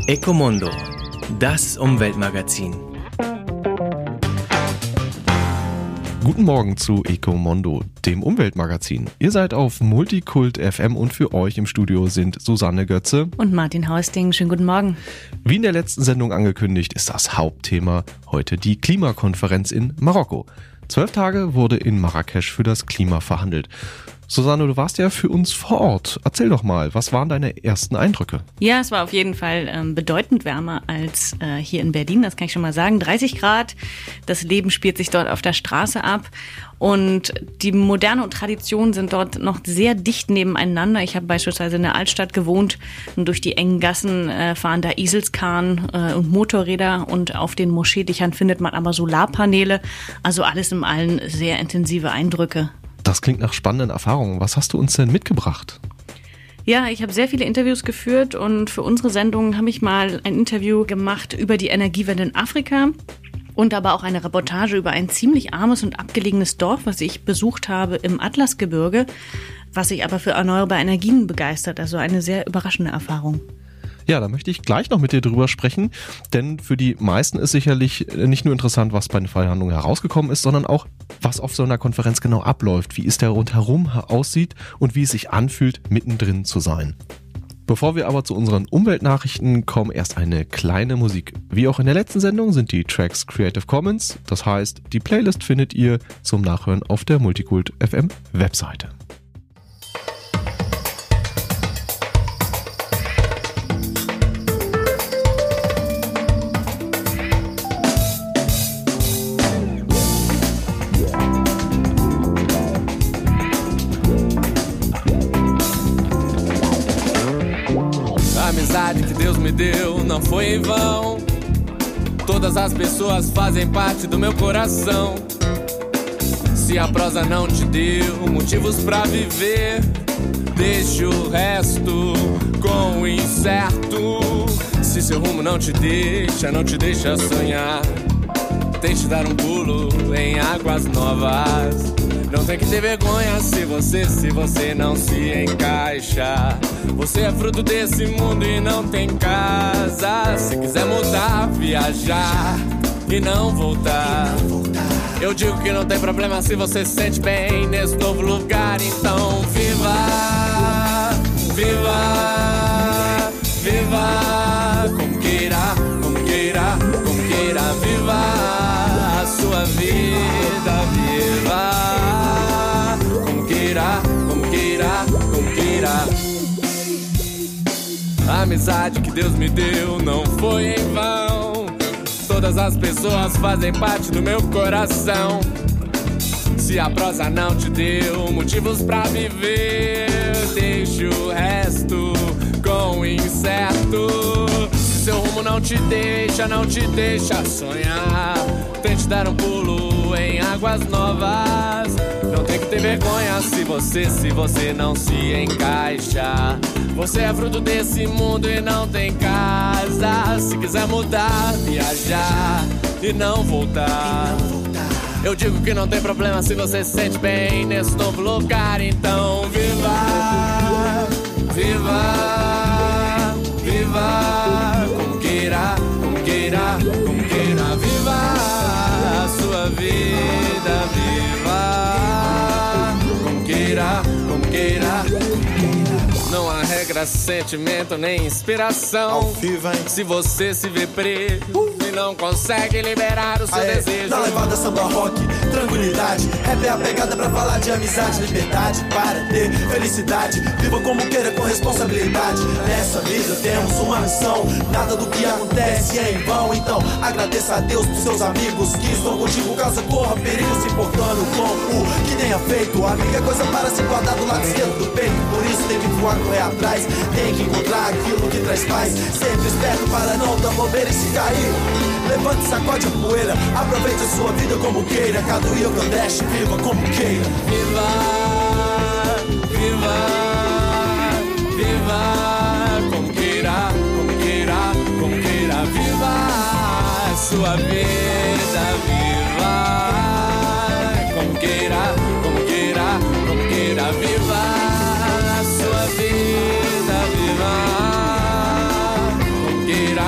Ecomondo, das Umweltmagazin. Guten Morgen zu Ecomondo, dem Umweltmagazin. Ihr seid auf Multikult FM und für euch im Studio sind Susanne Götze und Martin Hausting. Schönen guten Morgen. Wie in der letzten Sendung angekündigt, ist das Hauptthema heute die Klimakonferenz in Marokko. 12 Tage wurde in Marrakesch für das Klima verhandelt. Susanne, du warst ja für uns vor Ort. Erzähl doch mal, was waren deine ersten Eindrücke? Ja, es war auf jeden Fall bedeutend wärmer als hier in Berlin, das kann ich schon mal sagen. 30 Grad, das Leben spielt sich dort auf der Straße ab und die Moderne und Tradition sind dort noch sehr dicht nebeneinander. Ich habe beispielsweise in der Altstadt gewohnt und durch die engen Gassen fahren da Eselskahn und Motorräder und auf den Moscheedächern findet man aber Solarpaneele. Also alles in allem sehr intensive Eindrücke. Das klingt nach spannenden Erfahrungen. Was hast du uns denn mitgebracht? Ja, ich habe sehr viele Interviews geführt und für unsere Sendung habe ich mal ein Interview gemacht über die Energiewende in Afrika und aber auch eine Reportage über ein ziemlich armes und abgelegenes Dorf, was ich besucht habe im Atlasgebirge, was sich aber für erneuerbare Energien begeistert. Also eine sehr überraschende Erfahrung. Ja, da möchte ich gleich noch mit dir drüber sprechen, denn für die meisten ist sicherlich nicht nur interessant, was bei den Verhandlungen herausgekommen ist, sondern auch, was auf so einer Konferenz genau abläuft, wie es da rundherum aussieht und wie es sich anfühlt, mittendrin zu sein. Bevor wir aber zu unseren Umweltnachrichten kommen, erst eine kleine Musik. Wie auch in der letzten Sendung sind die Tracks Creative Commons, das heißt, die Playlist findet ihr zum Nachhören auf der Multikult FM Webseite. A amizade que Deus me deu não foi em vão. Todas as pessoas fazem parte do meu coração. Se a prosa não te deu motivos pra viver, deixe o resto com o incerto. Se seu rumo não te deixa sonhar, tente dar pulo em águas novas. Não tem que ter vergonha se você não se encaixa. Você é fruto desse mundo e não tem casa. Se quiser mudar, viajar e não voltar. Eu digo que não tem problema se você se sente bem nesse novo lugar. Então viva, viva, viva. Como queira, como queira, como queira. Viva a sua vida, viva. Como queira, como queira. A amizade que Deus me deu não foi em vão. Todas as pessoas fazem parte do meu coração. Se a prosa não te deu motivos pra viver, deixe o resto com o incerto. Se seu rumo não te deixa sonhar, tente dar pulo em águas novas. Não tem que ter vergonha se você não se encaixa. Você é fruto desse mundo e não tem casa. Se quiser mudar, viajar e não voltar. Eu digo que não tem problema se você se sente bem nesse novo lugar. Então viva, viva, viva. Como queira, como queira, como queira. Viva a sua vida, viva. Como queira, como queira. Não há regra, sentimento nem inspiração. Se você se vê preso e não consegue liberar o seu desejo. Na levada samba rock, tranquilidade. Rap é a pegada pra falar de amizade. Liberdade para ter felicidade. Viva como queira com responsabilidade. Nessa vida temos uma missão. Nada do que acontece é em vão. Então agradeça a Deus por seus amigos que estão contigo caso corra perigo, se importando com o que tenha feito. Amiga é coisa para se guardar do lado esquerdo do peito. Por isso tem que voar, correr atrás. Tem que encontrar aquilo que traz paz. Sempre esperto para não dar bobeira e se cair. Levante e sacode a poeira. Aproveite a sua vida como queira. Cada Rio Grande, viva como queira. Viva, viva, viva. Como queira, como queira, como queira. Viva a sua vida, viva. Como queira, como queira, como queira. Viva a sua vida, viva. Como queira,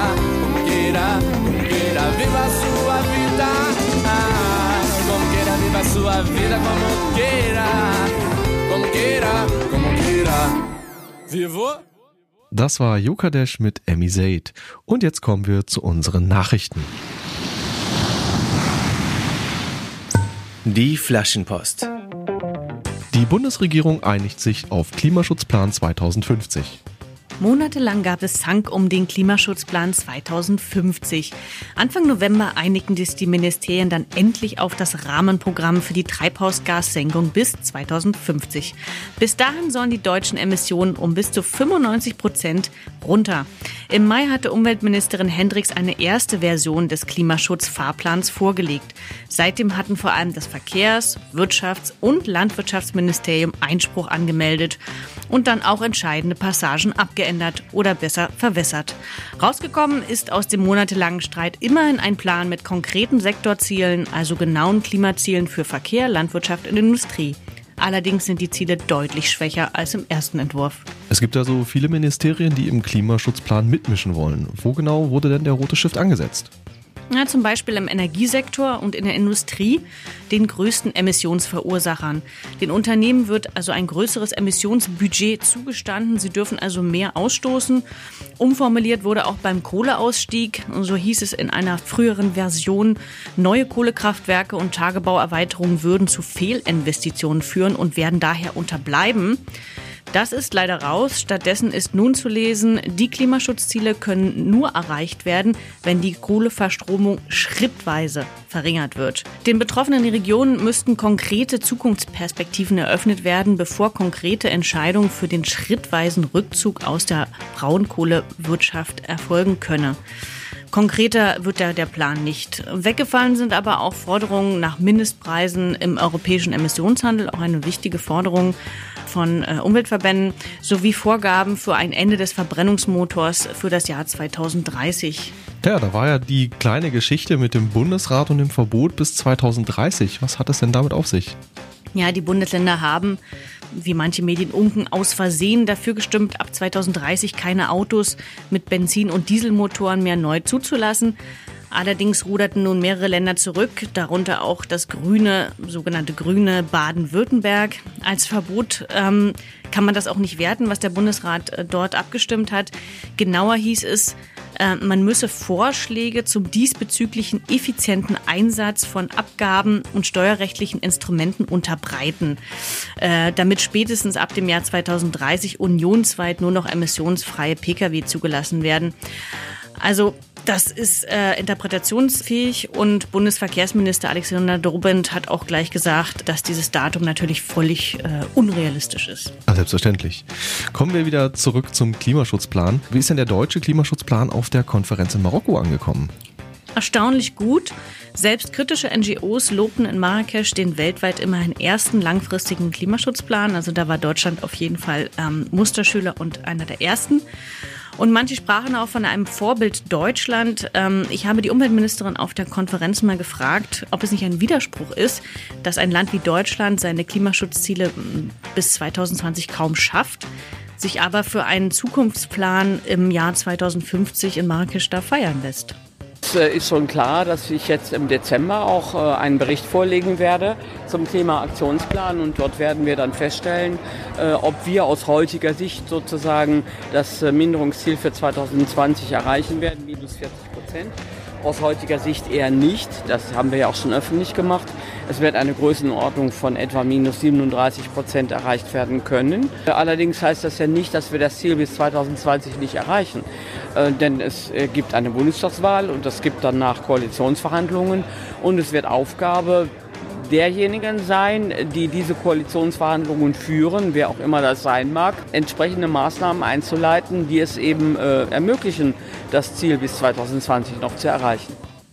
tua vida como queira, como queira, como queira. Vivo? Das war Jokadesh mit Emmy Zaid. Und jetzt kommen wir zu unseren Nachrichten. Die Flaschenpost. Die Bundesregierung einigt sich auf Klimaschutzplan 2050. Monatelang gab es Zank um den Klimaschutzplan 2050. Anfang November einigten sich die Ministerien dann endlich auf das Rahmenprogramm für die Treibhausgassenkung bis 2050. Bis dahin sollen die deutschen Emissionen um bis zu 95% runter. Im Mai hatte Umweltministerin Hendricks eine erste Version des Klimaschutzfahrplans vorgelegt. Seitdem hatten vor allem das Verkehrs-, Wirtschafts- und Landwirtschaftsministerium Einspruch angemeldet und dann auch entscheidende Passagen abgeändert oder besser verwässert. Rausgekommen ist aus dem monatelangen Streit immerhin ein Plan mit konkreten Sektorzielen, also genauen Klimazielen für Verkehr, Landwirtschaft und Industrie. Allerdings sind die Ziele deutlich schwächer als im ersten Entwurf. Es gibt ja so viele Ministerien, die im Klimaschutzplan mitmischen wollen. Wo genau wurde denn der rote Stift angesetzt? Ja, zum Beispiel im Energiesektor und in der Industrie, den größten Emissionsverursachern. Den Unternehmen wird also ein größeres Emissionsbudget zugestanden. Sie dürfen also mehr ausstoßen. Umformuliert wurde auch beim Kohleausstieg. So hieß es in einer früheren Version, neue Kohlekraftwerke und Tagebauerweiterungen würden zu Fehlinvestitionen führen und werden daher unterbleiben. Das ist leider raus. Stattdessen ist nun zu lesen, die Klimaschutzziele können nur erreicht werden, wenn die Kohleverstromung schrittweise verringert wird. Den betroffenen Regionen müssten konkrete Zukunftsperspektiven eröffnet werden, bevor konkrete Entscheidungen für den schrittweisen Rückzug aus der Braunkohlewirtschaft erfolgen könne. Konkreter wird der Plan nicht. Weggefallen sind aber auch Forderungen nach Mindestpreisen im europäischen Emissionshandel, auch eine wichtige Forderung von Umweltverbänden, sowie Vorgaben für ein Ende des Verbrennungsmotors für das Jahr 2030. Ja, da war ja die kleine Geschichte mit dem Bundesrat und dem Verbot bis 2030. Was hat es denn damit auf sich? Ja, die Bundesländer haben, wie manche Medien unken, aus Versehen dafür gestimmt, ab 2030 keine Autos mit Benzin- und Dieselmotoren mehr neu zuzulassen. Allerdings ruderten nun mehrere Länder zurück, darunter auch das sogenannte grüne Baden-Württemberg. Als Verbot kann man das auch nicht werten, was der Bundesrat dort abgestimmt hat. Genauer hieß es, man müsse Vorschläge zum diesbezüglichen effizienten Einsatz von Abgaben und steuerrechtlichen Instrumenten unterbreiten, damit spätestens ab dem Jahr 2030 unionsweit nur noch emissionsfreie Pkw zugelassen werden. Also das ist interpretationsfähig und Bundesverkehrsminister Alexander Dobrindt hat auch gleich gesagt, dass dieses Datum natürlich völlig unrealistisch ist. Selbstverständlich. Kommen wir wieder zurück zum Klimaschutzplan. Wie ist denn der deutsche Klimaschutzplan auf der Konferenz in Marokko angekommen? Erstaunlich gut. Selbst kritische NGOs lobten in Marrakesch den weltweit immerhin ersten langfristigen Klimaschutzplan. Also da war Deutschland auf jeden Fall Musterschüler und einer der ersten. Und manche sprachen auch von einem Vorbild Deutschland. Ich habe die Umweltministerin auf der Konferenz mal gefragt, ob es nicht ein Widerspruch ist, dass ein Land wie Deutschland seine Klimaschutzziele bis 2020 kaum schafft, sich aber für einen Zukunftsplan im Jahr 2050 in Marrakesch da feiern lässt. Es ist schon klar, dass ich jetzt im Dezember auch einen Bericht vorlegen werde zum Thema Aktionsplan und dort werden wir dann feststellen, ob wir aus heutiger Sicht sozusagen das Minderungsziel für 2020 erreichen werden, minus 40%. Aus heutiger Sicht eher nicht, das haben wir ja auch schon öffentlich gemacht. Es wird eine Größenordnung von etwa minus 37% erreicht werden können. Allerdings heißt das ja nicht, dass wir das Ziel bis 2020 nicht erreichen. Denn es gibt eine Bundestagswahl und es gibt danach Koalitionsverhandlungen und es wird Aufgabe derjenigen sein, die diese Koalitionsverhandlungen führen, wer auch immer das sein mag, entsprechende Maßnahmen einzuleiten, die es eben ermöglichen, das Ziel bis 2020 noch zu erreichen.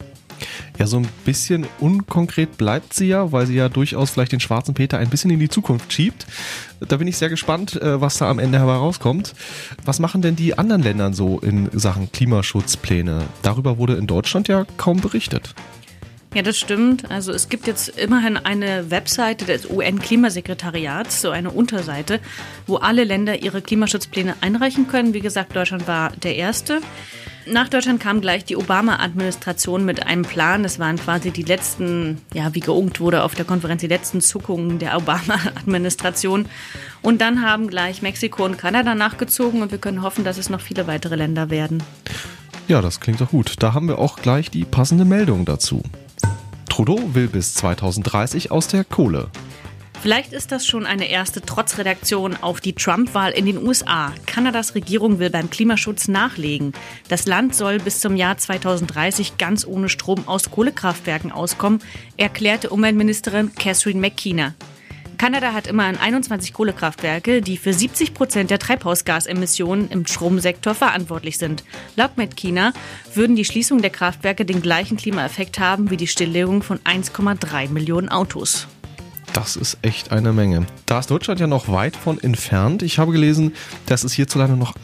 Ja, so ein bisschen unkonkret bleibt sie ja, weil sie ja durchaus vielleicht den schwarzen Peter ein bisschen in die Zukunft schiebt. Da bin ich sehr gespannt, was da am Ende herauskommt. Was machen denn die anderen Länder so in Sachen Klimaschutzpläne? Darüber wurde in Deutschland ja kaum berichtet. Ja, das stimmt. Also es gibt jetzt immerhin eine Webseite des UN-Klimasekretariats, so eine Unterseite, wo alle Länder ihre Klimaschutzpläne einreichen können. Wie gesagt, Deutschland war der Erste. Nach Deutschland kam gleich die Obama-Administration mit einem Plan. Das waren quasi die letzten, wie geungt wurde auf der Konferenz, die letzten Zuckungen der Obama-Administration. Und dann haben gleich Mexiko und Kanada nachgezogen und wir können hoffen, dass es noch viele weitere Länder werden. Ja, das klingt doch gut. Da haben wir auch gleich die passende Meldung dazu. Trudeau will bis 2030 aus der Kohle. Vielleicht ist das schon eine erste Trotzreaktion auf die Trump-Wahl in den USA. Kanadas Regierung will beim Klimaschutz nachlegen. Das Land soll bis zum Jahr 2030 ganz ohne Strom aus Kohlekraftwerken auskommen, erklärte Umweltministerin Catherine McKenna. Kanada hat immerhin 21 Kohlekraftwerke, die für 70% der Treibhausgasemissionen im Stromsektor verantwortlich sind. Laut McKenna würden die Schließung der Kraftwerke den gleichen Klimaeffekt haben wie die Stilllegung von 1,3 Millionen Autos. Das ist echt eine Menge. Da ist Deutschland ja noch weit von entfernt. Ich habe gelesen, dass es hierzulande noch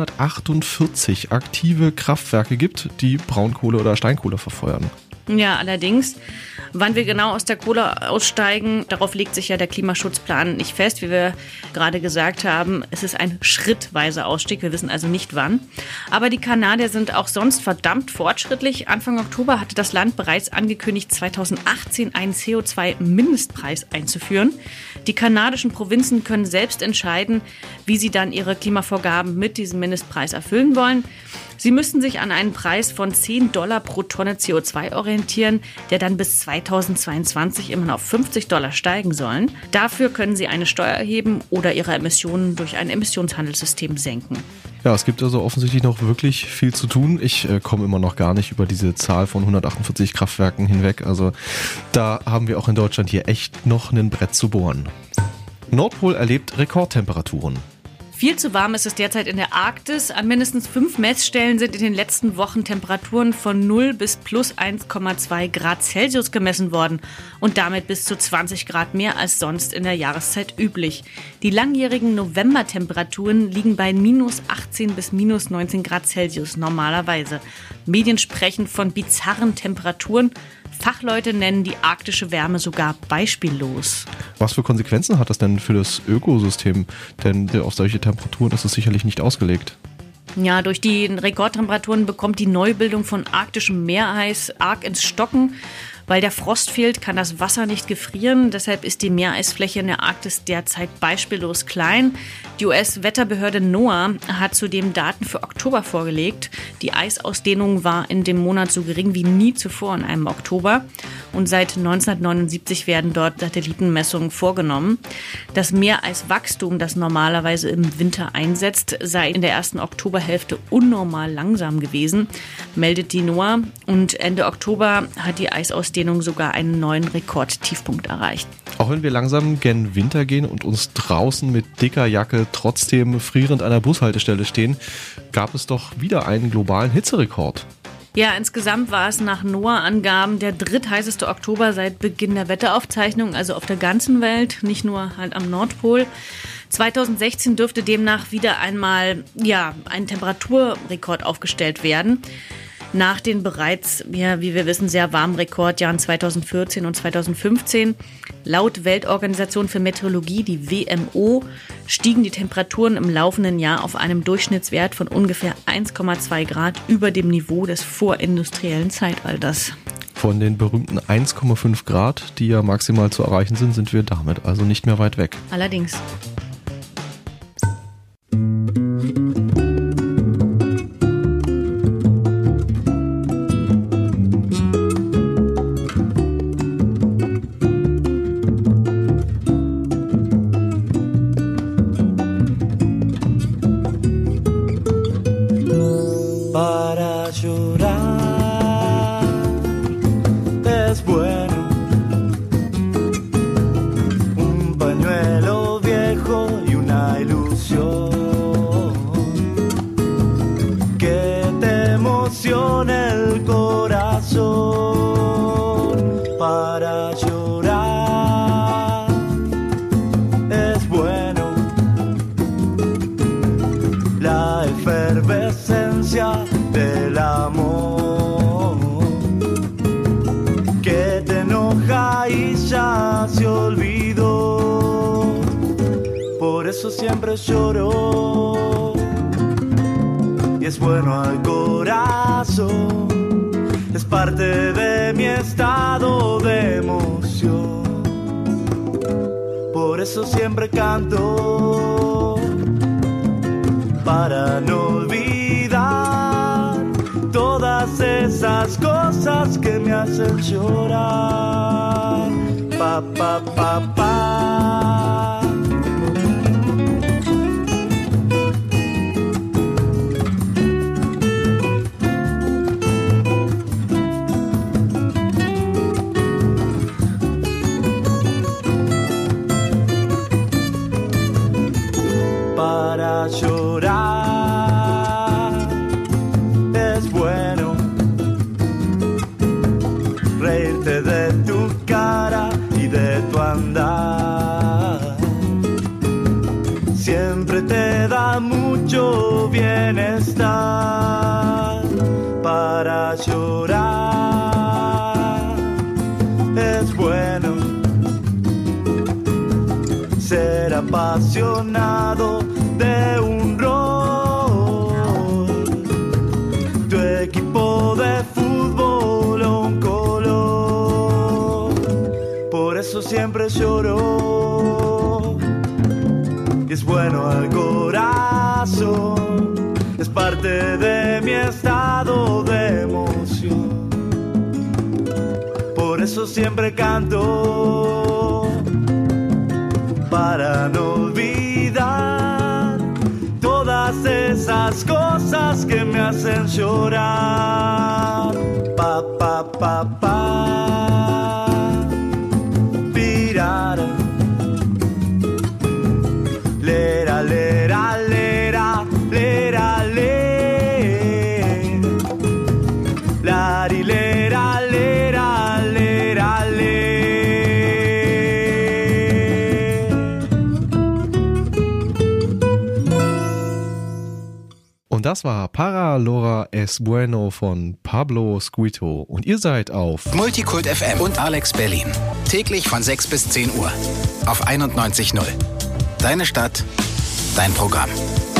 148 aktive Kraftwerke gibt, die Braunkohle oder Steinkohle verfeuern. Ja, allerdings, wann wir genau aus der Kohle aussteigen, darauf legt sich ja der Klimaschutzplan nicht fest. Wie wir gerade gesagt haben, es ist ein schrittweiser Ausstieg. Wir wissen also nicht wann. Aber die Kanadier sind auch sonst verdammt fortschrittlich. Anfang Oktober hatte das Land bereits angekündigt, 2018 einen CO2-Mindestpreis einzuführen. Die kanadischen Provinzen können selbst entscheiden, wie sie dann ihre Klimavorgaben mit diesem Mindestpreis erfüllen wollen. Sie müssten sich an einen Preis von $10 pro Tonne CO2 orientieren, der dann bis 2022 immer noch auf $50 steigen sollen. Dafür können sie eine Steuer erheben oder ihre Emissionen durch ein Emissionshandelssystem senken. Ja, es gibt also offensichtlich noch wirklich viel zu tun. Ich komme immer noch gar nicht über diese Zahl von 148 Kraftwerken hinweg. Also da haben wir auch in Deutschland hier echt noch ein Brett zu bohren. Nordpol erlebt Rekordtemperaturen. Viel zu warm ist es derzeit in der Arktis. An mindestens 5 Messstellen sind in den letzten Wochen Temperaturen von 0 bis plus 1,2 Grad Celsius gemessen worden und damit bis zu 20 Grad mehr als sonst in der Jahreszeit üblich. Die langjährigen Novembertemperaturen liegen bei minus 18 bis minus 19 Grad Celsius normalerweise. Medien sprechen von bizarren Temperaturen. Fachleute nennen die arktische Wärme sogar beispiellos. Was für Konsequenzen hat das denn für das Ökosystem? Denn auf solche Temperaturen ist es sicherlich nicht ausgelegt. Ja, durch die Rekordtemperaturen bekommt die Neubildung von arktischem Meereis arg ins Stocken. Weil der Frost fehlt, kann das Wasser nicht gefrieren. Deshalb ist die Meereisfläche in der Arktis derzeit beispiellos klein. Die US-Wetterbehörde NOAA hat zudem Daten für Oktober vorgelegt. Die Eisausdehnung war in dem Monat so gering wie nie zuvor in einem Oktober. Und seit 1979 werden dort Satellitenmessungen vorgenommen. Das Meereiswachstum, das normalerweise im Winter einsetzt, sei in der ersten Oktoberhälfte unnormal langsam gewesen, meldet die NOAA. Und Ende Oktober hat die Eisausdehnung sogar einen neuen Rekordtiefpunkt erreicht. Auch wenn wir langsam gen Winter gehen und uns draußen mit dicker Jacke trotzdem frierend an der Bushaltestelle stehen, gab es doch wieder einen globalen Hitzerekord. Ja, insgesamt war es nach NOAA-Angaben der drittheißeste Oktober seit Beginn der Wetteraufzeichnung, also auf der ganzen Welt, nicht nur halt am Nordpol. 2016 dürfte demnach wieder einmal ein Temperaturrekord aufgestellt werden. Nach den bereits, wie wir wissen, sehr warmen Rekordjahren 2014 und 2015. Laut Weltorganisation für Meteorologie, die WMO, stiegen die Temperaturen im laufenden Jahr auf einem Durchschnittswert von ungefähr 1,2 Grad über dem Niveau des vorindustriellen Zeitalters. Von den berühmten 1,5 Grad, die ja maximal zu erreichen sind, sind wir damit also nicht mehr weit weg. Allerdings. Para llorar es bueno, un pañuelo viejo y una ilusión que te emocione el corazón. Para llorar es bueno, la efervescencia del amor que te enoja y ya se olvidó. Por eso siempre lloro y es bueno al corazón, es parte de mi estado de emoción. Por eso siempre canto, para no olvidar todas esas cosas que me hacen llorar. Pa, pa, pa, pa. Para llorar es bueno reírte de tu cara y de tu andar. Siempre te da mucho bienestar. Para llorar es bueno ser apasionado de un rol, tu equipo de fútbol o un color. Por eso siempre lloro, y es bueno al corazón, es parte de mi estado de emoción. Por eso siempre canto, para no olvidar todas esas cosas que me hacen llorar. Pa, pa, pa, pa. Pirara. Lera, lera, lera, lera, le. Lari, lera, lera, lera, le. Und das war Para Lora es Bueno von Pablo Squito. Und ihr seid auf Multikult FM und Alex Berlin. Täglich von 6 bis 10 Uhr. Auf 91.0. Deine Stadt, dein Programm.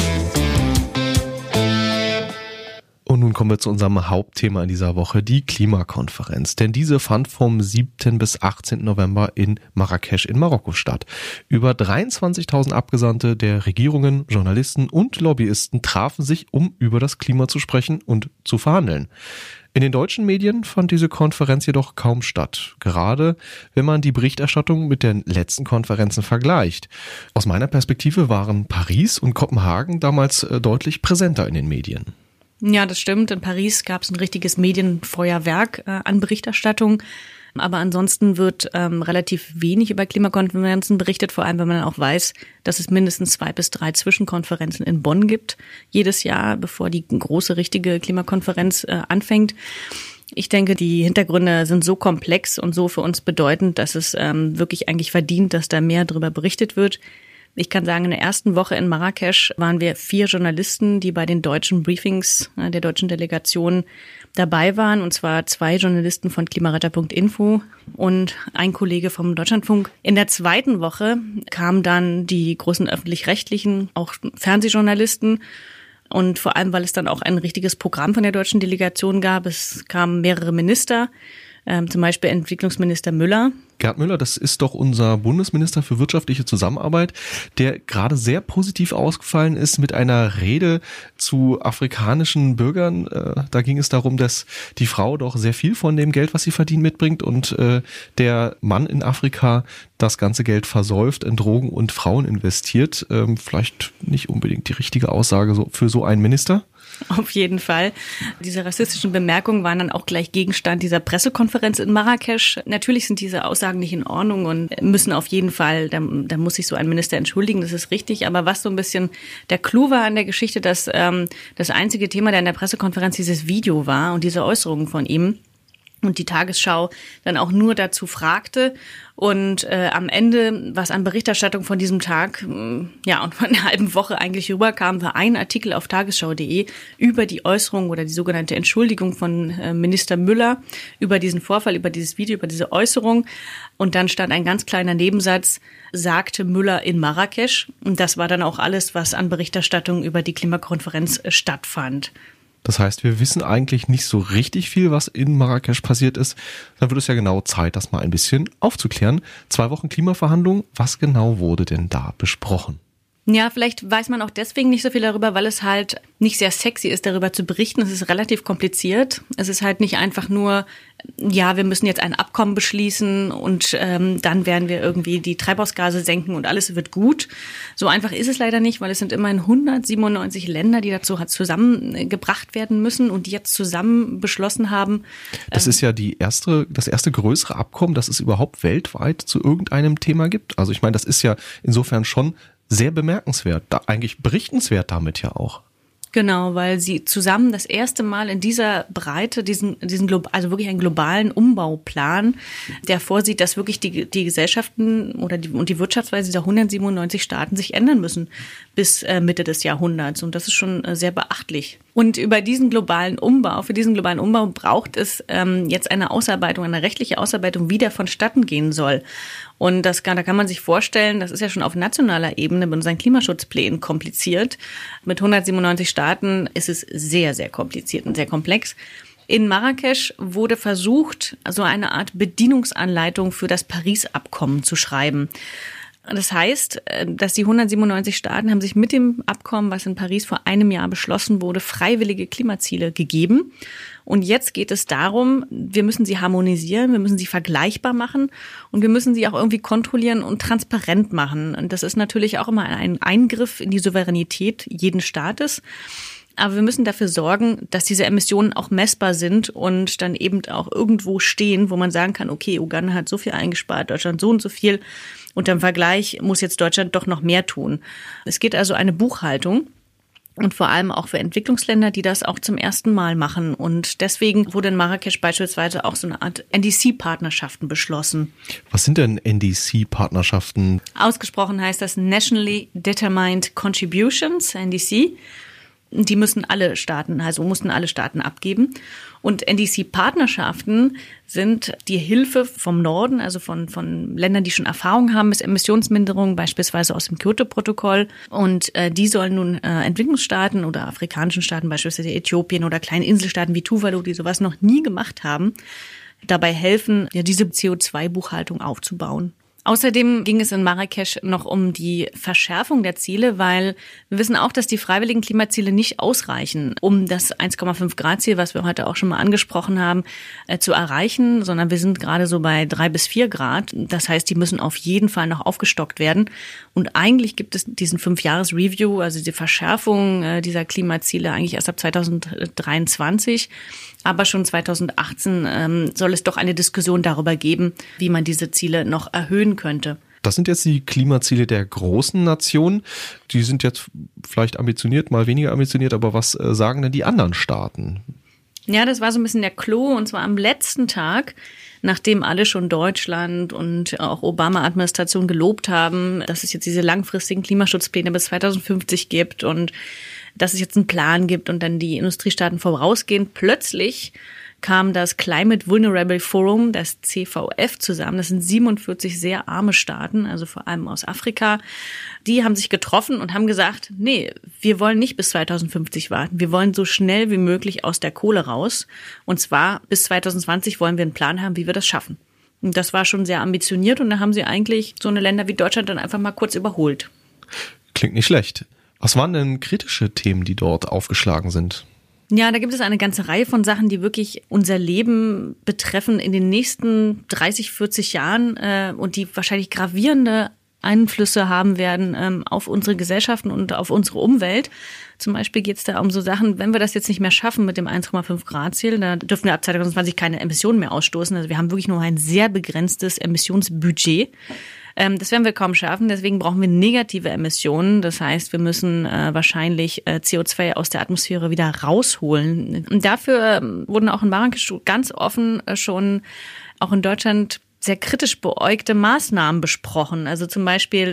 Und nun kommen wir zu unserem Hauptthema in dieser Woche, die Klimakonferenz. Denn diese fand vom 7. bis 18. November in Marrakesch in Marokko statt. Über 23.000 Abgesandte der Regierungen, Journalisten und Lobbyisten trafen sich, um über das Klima zu sprechen und zu verhandeln. In den deutschen Medien fand diese Konferenz jedoch kaum statt, gerade wenn man die Berichterstattung mit den letzten Konferenzen vergleicht. Aus meiner Perspektive waren Paris und Kopenhagen damals deutlich präsenter in den Medien. Ja, das stimmt. In Paris gab es ein richtiges Medienfeuerwerk an Berichterstattung. Aber ansonsten wird relativ wenig über Klimakonferenzen berichtet, vor allem wenn man dann auch weiß, dass es mindestens 2 bis 3 Zwischenkonferenzen in Bonn gibt, jedes Jahr, bevor die große, richtige Klimakonferenz anfängt. Ich denke, die Hintergründe sind so komplex und so für uns bedeutend, dass es wirklich eigentlich verdient, dass da mehr darüber berichtet wird. Ich kann sagen, in der ersten Woche in Marrakesch waren wir 4 Journalisten, die bei den deutschen Briefings der deutschen Delegation dabei waren. Und zwar 2 Journalisten von Klimaretter.info und ein Kollege vom Deutschlandfunk. In der zweiten Woche kamen dann die großen öffentlich-rechtlichen, auch Fernsehjournalisten. Und vor allem, weil es dann auch ein richtiges Programm von der deutschen Delegation gab. Es kamen mehrere Minister, zum Beispiel Entwicklungsminister Müller. Gerd Müller, das ist doch unser Bundesminister für wirtschaftliche Zusammenarbeit, der gerade sehr positiv ausgefallen ist mit einer Rede zu afrikanischen Bürgern. Da ging es darum, dass die Frau doch sehr viel von dem Geld, was sie verdient, mitbringt und der Mann in Afrika das ganze Geld versäuft, in Drogen und Frauen investiert. Vielleicht nicht unbedingt die richtige Aussage für so einen Minister. Auf jeden Fall. Diese rassistischen Bemerkungen waren dann auch gleich Gegenstand dieser Pressekonferenz in Marrakesch. Natürlich sind diese Aussagen nicht in Ordnung und müssen auf jeden Fall, da muss sich so ein Minister entschuldigen, das ist richtig. Aber was so ein bisschen der Clou war an der Geschichte, dass das einzige Thema, der in der Pressekonferenz dieses Video war und diese Äußerungen von ihm. und die Tagesschau dann auch nur dazu fragte. Und am Ende, was an Berichterstattung von diesem Tag, und von einer halben Woche eigentlich rüberkam, war ein Artikel auf tagesschau.de über die Äußerung oder die sogenannte Entschuldigung von Minister Müller über diesen Vorfall, über dieses Video, über diese Äußerung. Und dann stand ein ganz kleiner Nebensatz, sagte Müller in Marrakesch. Und das war dann auch alles, was an Berichterstattung über die Klimakonferenz stattfand. Das heißt, wir wissen eigentlich nicht so richtig viel, was in Marrakesch passiert ist. Dann wird es ja genau Zeit, das mal ein bisschen aufzuklären. 2 Wochen Klimaverhandlungen, was genau wurde denn da besprochen? Ja, vielleicht weiß man auch deswegen nicht so viel darüber, weil es halt nicht sehr sexy ist, darüber zu berichten. Es ist relativ kompliziert. Es ist halt nicht einfach nur, wir müssen jetzt ein Abkommen beschließen und dann werden wir irgendwie die Treibhausgase senken und alles wird gut. So einfach ist es leider nicht, weil es sind immerhin 197 Länder, die dazu zusammengebracht werden müssen und die jetzt zusammen beschlossen haben. Das ist ja das erste größere Abkommen, das es überhaupt weltweit zu irgendeinem Thema gibt. Also ich meine, das ist ja insofern schon sehr bemerkenswert, eigentlich berichtenswert damit ja auch. Genau, weil sie zusammen das erste Mal in dieser Breite also wirklich einen globalen Umbauplan, der vorsieht, dass wirklich die Gesellschaften und die Wirtschaftsweise dieser 197 Staaten sich ändern müssen bis Mitte des Jahrhunderts. Und das ist schon sehr beachtlich. Und für diesen globalen Umbau braucht es jetzt eine rechtliche Ausarbeitung, wie der vonstatten gehen soll. Und da kann man sich vorstellen, das ist ja schon auf nationaler Ebene mit unseren Klimaschutzplänen kompliziert. Mit 197 Staaten ist es sehr, sehr kompliziert und sehr komplex. In Marrakesch wurde versucht, so eine Art Bedienungsanleitung für das Paris-Abkommen zu schreiben. Das heißt, dass die 197 Staaten haben sich mit dem Abkommen, was in Paris vor einem Jahr beschlossen wurde, freiwillige Klimaziele gegeben. Und jetzt geht es darum, wir müssen sie harmonisieren, wir müssen sie vergleichbar machen und wir müssen sie auch irgendwie kontrollieren und transparent machen. Und das ist natürlich auch immer ein Eingriff in die Souveränität jeden Staates. Aber wir müssen dafür sorgen, dass diese Emissionen auch messbar sind und dann eben auch irgendwo stehen, wo man sagen kann, okay, Uganda hat so viel eingespart, Deutschland so und so viel. Und im Vergleich muss jetzt Deutschland doch noch mehr tun. Es geht also eine Buchhaltung. Und vor allem auch für Entwicklungsländer, die das auch zum ersten Mal machen. Und deswegen wurde in Marrakesch beispielsweise auch so eine Art NDC-Partnerschaften beschlossen. Was sind denn NDC-Partnerschaften? Ausgesprochen heißt das Nationally Determined Contributions, NDC. Die mussten alle Staaten abgeben. Und NDC-Partnerschaften sind die Hilfe vom Norden, also von Ländern, die schon Erfahrung haben mit Emissionsminderung, beispielsweise aus dem Kyoto-Protokoll. Und die sollen nun Entwicklungsstaaten oder afrikanischen Staaten, beispielsweise Äthiopien oder kleinen Inselstaaten wie Tuvalu, die sowas noch nie gemacht haben, dabei helfen, diese CO2-Buchhaltung aufzubauen. Außerdem ging es in Marrakesch noch um die Verschärfung der Ziele, weil wir wissen auch, dass die freiwilligen Klimaziele nicht ausreichen, um das 1,5 Grad Ziel, was wir heute auch schon mal angesprochen haben, zu erreichen, sondern wir sind gerade so bei 3 bis 4 Grad. Das heißt, die müssen auf jeden Fall noch aufgestockt werden. Und eigentlich gibt es diesen 5-Jahres-Review, also die Verschärfung dieser Klimaziele eigentlich erst ab 2023. Aber schon 2018 soll es doch eine Diskussion darüber geben, wie man diese Ziele noch erhöhen könnte. Das sind jetzt die Klimaziele der großen Nationen. Die sind jetzt vielleicht ambitioniert, mal weniger ambitioniert, aber was sagen denn die anderen Staaten? Ja, das war so ein bisschen der Clou, und zwar am letzten Tag, nachdem alle schon Deutschland und auch Obama-Administration gelobt haben, dass es jetzt diese langfristigen Klimaschutzpläne bis 2050 gibt und dass es jetzt einen Plan gibt und dann die Industriestaaten vorausgehen. Plötzlich kam das Climate Vulnerable Forum, das CVF, zusammen. Das sind 47 sehr arme Staaten, also vor allem aus Afrika. Die haben sich getroffen und haben gesagt, nee, wir wollen nicht bis 2050 warten. Wir wollen so schnell wie möglich aus der Kohle raus. Und zwar bis 2020 wollen wir einen Plan haben, wie wir das schaffen. Und das war schon sehr ambitioniert und da haben sie eigentlich so eine Länder wie Deutschland dann einfach mal kurz überholt. Klingt nicht schlecht. Was waren denn kritische Themen, die dort aufgeschlagen sind? Ja, da gibt es eine ganze Reihe von Sachen, die wirklich unser Leben betreffen in den nächsten 30, 40 Jahren und die wahrscheinlich gravierende Einflüsse haben werden auf unsere Gesellschaften und auf unsere Umwelt. Zum Beispiel geht es da um so Sachen, wenn wir das jetzt nicht mehr schaffen mit dem 1,5 Grad Ziel, da dürfen wir ab 2020 keine Emissionen mehr ausstoßen. Also wir haben wirklich nur ein sehr begrenztes Emissionsbudget. Das werden wir kaum schaffen, deswegen brauchen wir negative Emissionen. Das heißt, wir müssen wahrscheinlich CO2 aus der Atmosphäre wieder rausholen. Und dafür wurden auch in Marrakesch ganz offen schon auch in Deutschland sehr kritisch beäugte Maßnahmen besprochen. Also zum Beispiel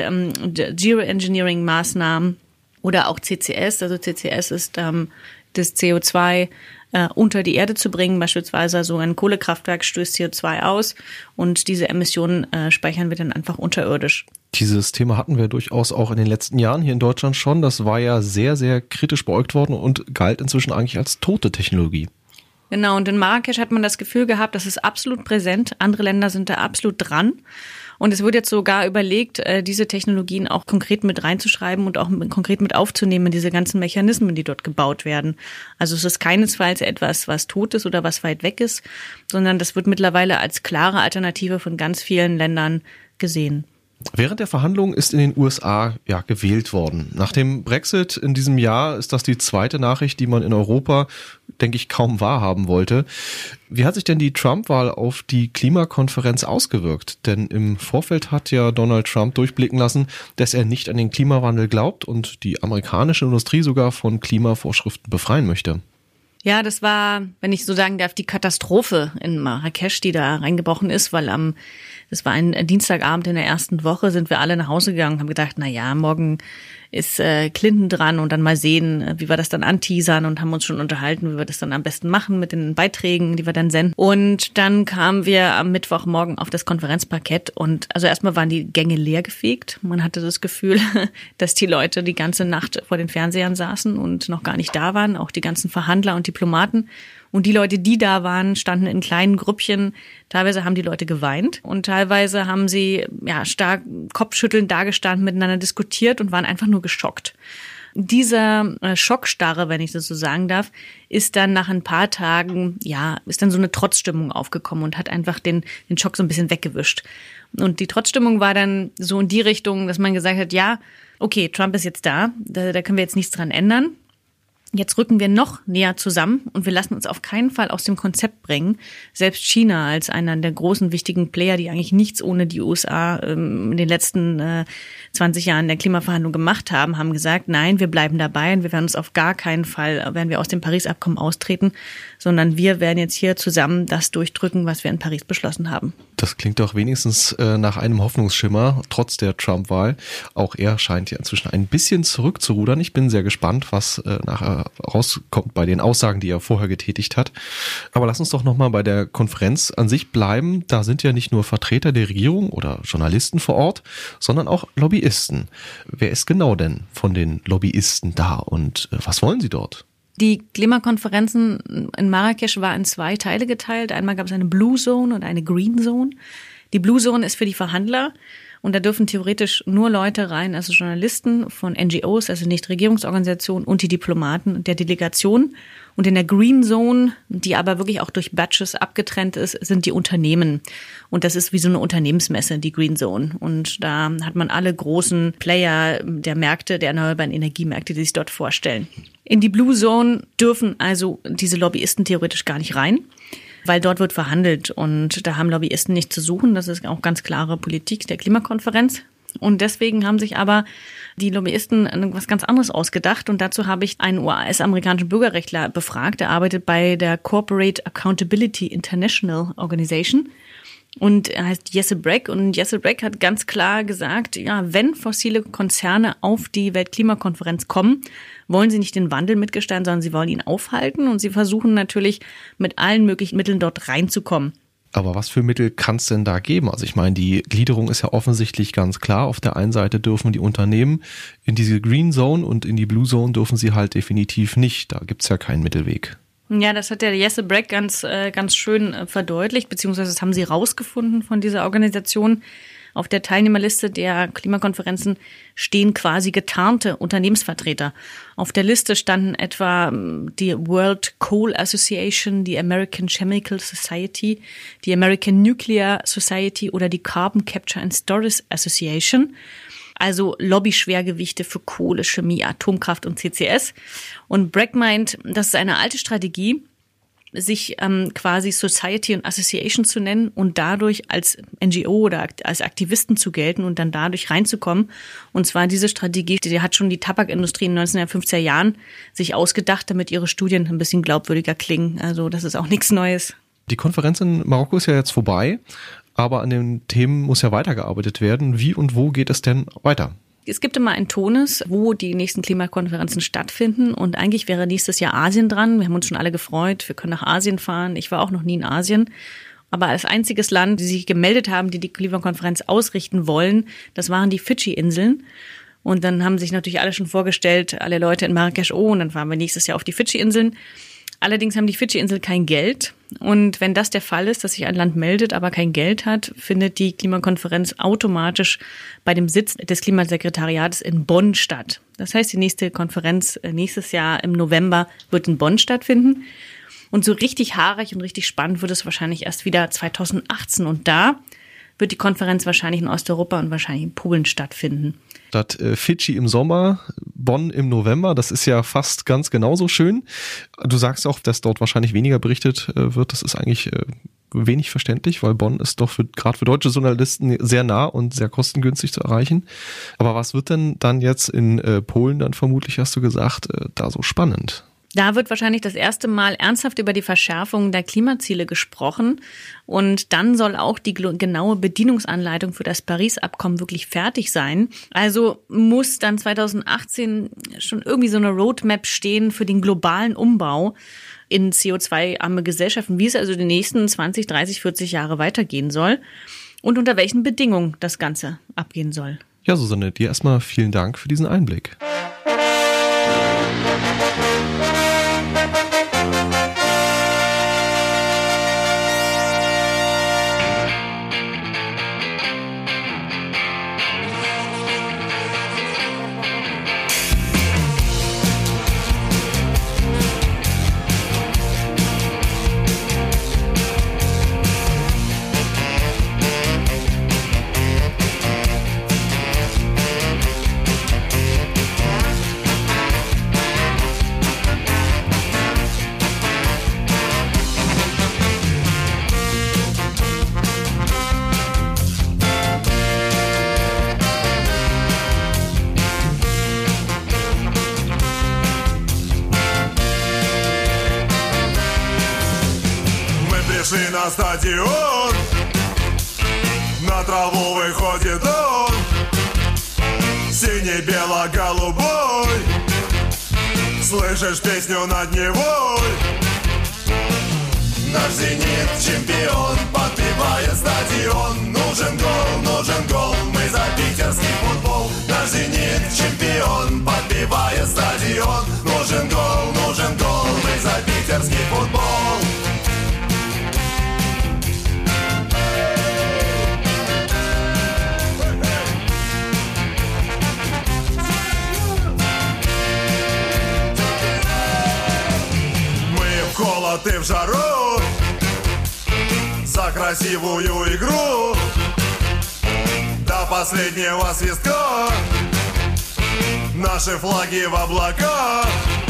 Geoengineering-Maßnahmen oder auch CCS. Also CCS ist das CO2 unter die Erde zu bringen. Beispielsweise so ein Kohlekraftwerk stößt CO2 aus und diese Emissionen speichern wir dann einfach unterirdisch. Dieses Thema hatten wir durchaus auch in den letzten Jahren hier in Deutschland schon. Das war ja sehr, sehr kritisch beäugt worden und galt inzwischen eigentlich als tote Technologie. Genau, und in Marrakesch hat man das Gefühl gehabt, das ist absolut präsent. Andere Länder sind da absolut dran. Und es wird jetzt sogar überlegt, diese Technologien auch konkret mit reinzuschreiben und auch konkret mit aufzunehmen in diese ganzen Mechanismen, die dort gebaut werden. Also es ist keinesfalls etwas, was tot ist oder was weit weg ist, sondern das wird mittlerweile als klare Alternative von ganz vielen Ländern gesehen. Während der Verhandlungen ist in den USA gewählt worden. Nach dem Brexit in diesem Jahr ist das die zweite Nachricht, die man in Europa, denke ich, kaum wahrhaben wollte. Wie hat sich denn die Trump-Wahl auf die Klimakonferenz ausgewirkt? Denn im Vorfeld hat ja Donald Trump durchblicken lassen, dass er nicht an den Klimawandel glaubt und die amerikanische Industrie sogar von Klimavorschriften befreien möchte. Ja, das war, wenn ich so sagen darf, die Katastrophe in Marrakesch, die da reingebrochen ist, weil das war ein Dienstagabend in der ersten Woche, sind wir alle nach Hause gegangen und haben gedacht, na ja, morgen ist Clinton dran und dann mal sehen, wie wir das dann anteasern und haben uns schon unterhalten, wie wir das dann am besten machen mit den Beiträgen, die wir dann senden. Und dann kamen wir am Mittwochmorgen auf das Konferenzparkett und also erstmal waren die Gänge leergefegt. Man hatte das Gefühl, dass die Leute die ganze Nacht vor den Fernsehern saßen und noch gar nicht da waren, auch die ganzen Verhandler und Diplomaten. Und die Leute, die da waren, standen in kleinen Grüppchen. Teilweise haben die Leute geweint und teilweise haben sie stark kopfschüttelnd dagestanden, miteinander diskutiert und waren einfach nur geschockt. Dieser Schockstarre, wenn ich das so sagen darf, ist dann nach ein paar Tagen, ist dann so eine Trotzstimmung aufgekommen und hat einfach den Schock so ein bisschen weggewischt. Und die Trotzstimmung war dann so in die Richtung, dass man gesagt hat, ja, okay, Trump ist jetzt da können wir jetzt nichts dran ändern. Jetzt rücken wir noch näher zusammen und wir lassen uns auf keinen Fall aus dem Konzept bringen. Selbst China als einer der großen, wichtigen Player, die eigentlich nichts ohne die USA in den letzten 20 Jahren der Klimaverhandlung gemacht haben gesagt, nein, wir bleiben dabei und wir werden uns auf gar keinen Fall, werden wir aus dem Paris-Abkommen austreten, sondern wir werden jetzt hier zusammen das durchdrücken, was wir in Paris beschlossen haben. Das klingt doch wenigstens nach einem Hoffnungsschimmer, trotz der Trump-Wahl. Auch er scheint ja inzwischen ein bisschen zurückzurudern. Ich bin sehr gespannt, was nachher rauskommt bei den Aussagen, die er vorher getätigt hat. Aber lass uns doch nochmal bei der Konferenz an sich bleiben. Da sind ja nicht nur Vertreter der Regierung oder Journalisten vor Ort, sondern auch Lobbyisten. Wer ist genau denn von den Lobbyisten da und was wollen sie dort? Die Klimakonferenzen in Marrakesch war in 2 Teile geteilt. Einmal gab es eine Blue Zone und eine Green Zone. Die Blue Zone ist für die Verhandler und da dürfen theoretisch nur Leute rein, also Journalisten von NGOs, also Nichtregierungsorganisationen und die Diplomaten der Delegation. Und in der Green Zone, die aber wirklich auch durch Badges abgetrennt ist, sind die Unternehmen. Und das ist wie so eine Unternehmensmesse, die Green Zone. Und da hat man alle großen Player der Märkte, der erneuerbaren Energiemärkte, die sich dort vorstellen. In die Blue Zone dürfen also diese Lobbyisten theoretisch gar nicht rein, weil dort wird verhandelt und da haben Lobbyisten nichts zu suchen. Das ist auch ganz klare Politik der Klimakonferenz. Und deswegen haben sich aber die Lobbyisten was ganz anderes ausgedacht. Und dazu habe ich einen US-amerikanischen Bürgerrechtler befragt. Der arbeitet bei der Corporate Accountability International Organization. Und er heißt Jesse Breck. Und Jesse Breck hat ganz klar gesagt, wenn fossile Konzerne auf die Weltklimakonferenz kommen, wollen sie nicht den Wandel mitgestalten, sondern sie wollen ihn aufhalten. Und sie versuchen natürlich mit allen möglichen Mitteln dort reinzukommen. Aber was für Mittel kann es denn da geben? Also ich meine, die Gliederung ist ja offensichtlich ganz klar. Auf der einen Seite dürfen die Unternehmen in diese Green Zone und in die Blue Zone dürfen sie halt definitiv nicht. Da gibt's ja keinen Mittelweg. Ja, das hat der Jesse Breck ganz schön verdeutlicht, beziehungsweise das haben sie rausgefunden von dieser Organisation. Auf der Teilnehmerliste der Klimakonferenzen stehen quasi getarnte Unternehmensvertreter. Auf der Liste standen etwa die World Coal Association, die American Chemical Society, die American Nuclear Society oder die Carbon Capture and Storage Association. Also Lobby-Schwergewichte für Kohle, Chemie, Atomkraft und CCS. Und Breck meint, das ist eine alte Strategie, sich quasi Society und Association zu nennen und dadurch als NGO oder als Aktivisten zu gelten und dann dadurch reinzukommen. Und zwar diese Strategie, die hat schon die Tabakindustrie in den 1950er Jahren sich ausgedacht, damit ihre Studien ein bisschen glaubwürdiger klingen. Also das ist auch nichts Neues. Die Konferenz in Marokko ist ja jetzt vorbei, aber an den Themen muss ja weitergearbeitet werden. Wie und wo geht es denn weiter? Es gibt immer ein Tonus, wo die nächsten Klimakonferenzen stattfinden und eigentlich wäre nächstes Jahr Asien dran. Wir haben uns schon alle gefreut, wir können nach Asien fahren. Ich war auch noch nie in Asien. Aber als einziges Land, die sich gemeldet haben, die Klimakonferenz ausrichten wollen, das waren die Fidschi-Inseln. Und dann haben sich natürlich alle schon vorgestellt, alle Leute in Marrakesch, und dann fahren wir nächstes Jahr auf die Fidschi-Inseln. Allerdings haben die Fidschi-Inseln kein Geld. Und wenn das der Fall ist, dass sich ein Land meldet, aber kein Geld hat, findet die Klimakonferenz automatisch bei dem Sitz des Klimasekretariats in Bonn statt. Das heißt, die nächste Konferenz nächstes Jahr im November wird in Bonn stattfinden. Und so richtig haarig und richtig spannend wird es wahrscheinlich erst wieder 2018. Und da wird die Konferenz wahrscheinlich in Osteuropa und wahrscheinlich in Polen stattfinden. Statt Fidschi im Sommer, Bonn im November, das ist ja fast ganz genauso schön. Du sagst auch, dass dort wahrscheinlich weniger berichtet wird. Das ist eigentlich wenig verständlich, weil Bonn ist doch gerade für deutsche Journalisten sehr nah und sehr kostengünstig zu erreichen. Aber was wird denn dann jetzt in Polen dann vermutlich, hast du gesagt, da so spannend? Da wird wahrscheinlich das erste Mal ernsthaft über die Verschärfung der Klimaziele gesprochen. Und dann soll auch die genaue Bedienungsanleitung für das Paris-Abkommen wirklich fertig sein. Also muss dann 2018 schon irgendwie so eine Roadmap stehen für den globalen Umbau in CO2-arme Gesellschaften, wie es also die nächsten 20, 30, 40 Jahre weitergehen soll und unter welchen Bedingungen das Ganze abgehen soll. Ja, Susanne, dir erstmal vielen Dank für diesen Einblick. На стадион, на траву выходит он, синий-бело-голубой. Слышишь песню над Невой? Наш «Зенит» чемпион, подбивает стадион. Нужен гол, мы за питерский футбол. Наш «Зенит» чемпион, подбивает стадион. Нужен гол, мы за питерский футбол. Ты в жару за красивую игру до последнего свистка. Наши флаги в облаках.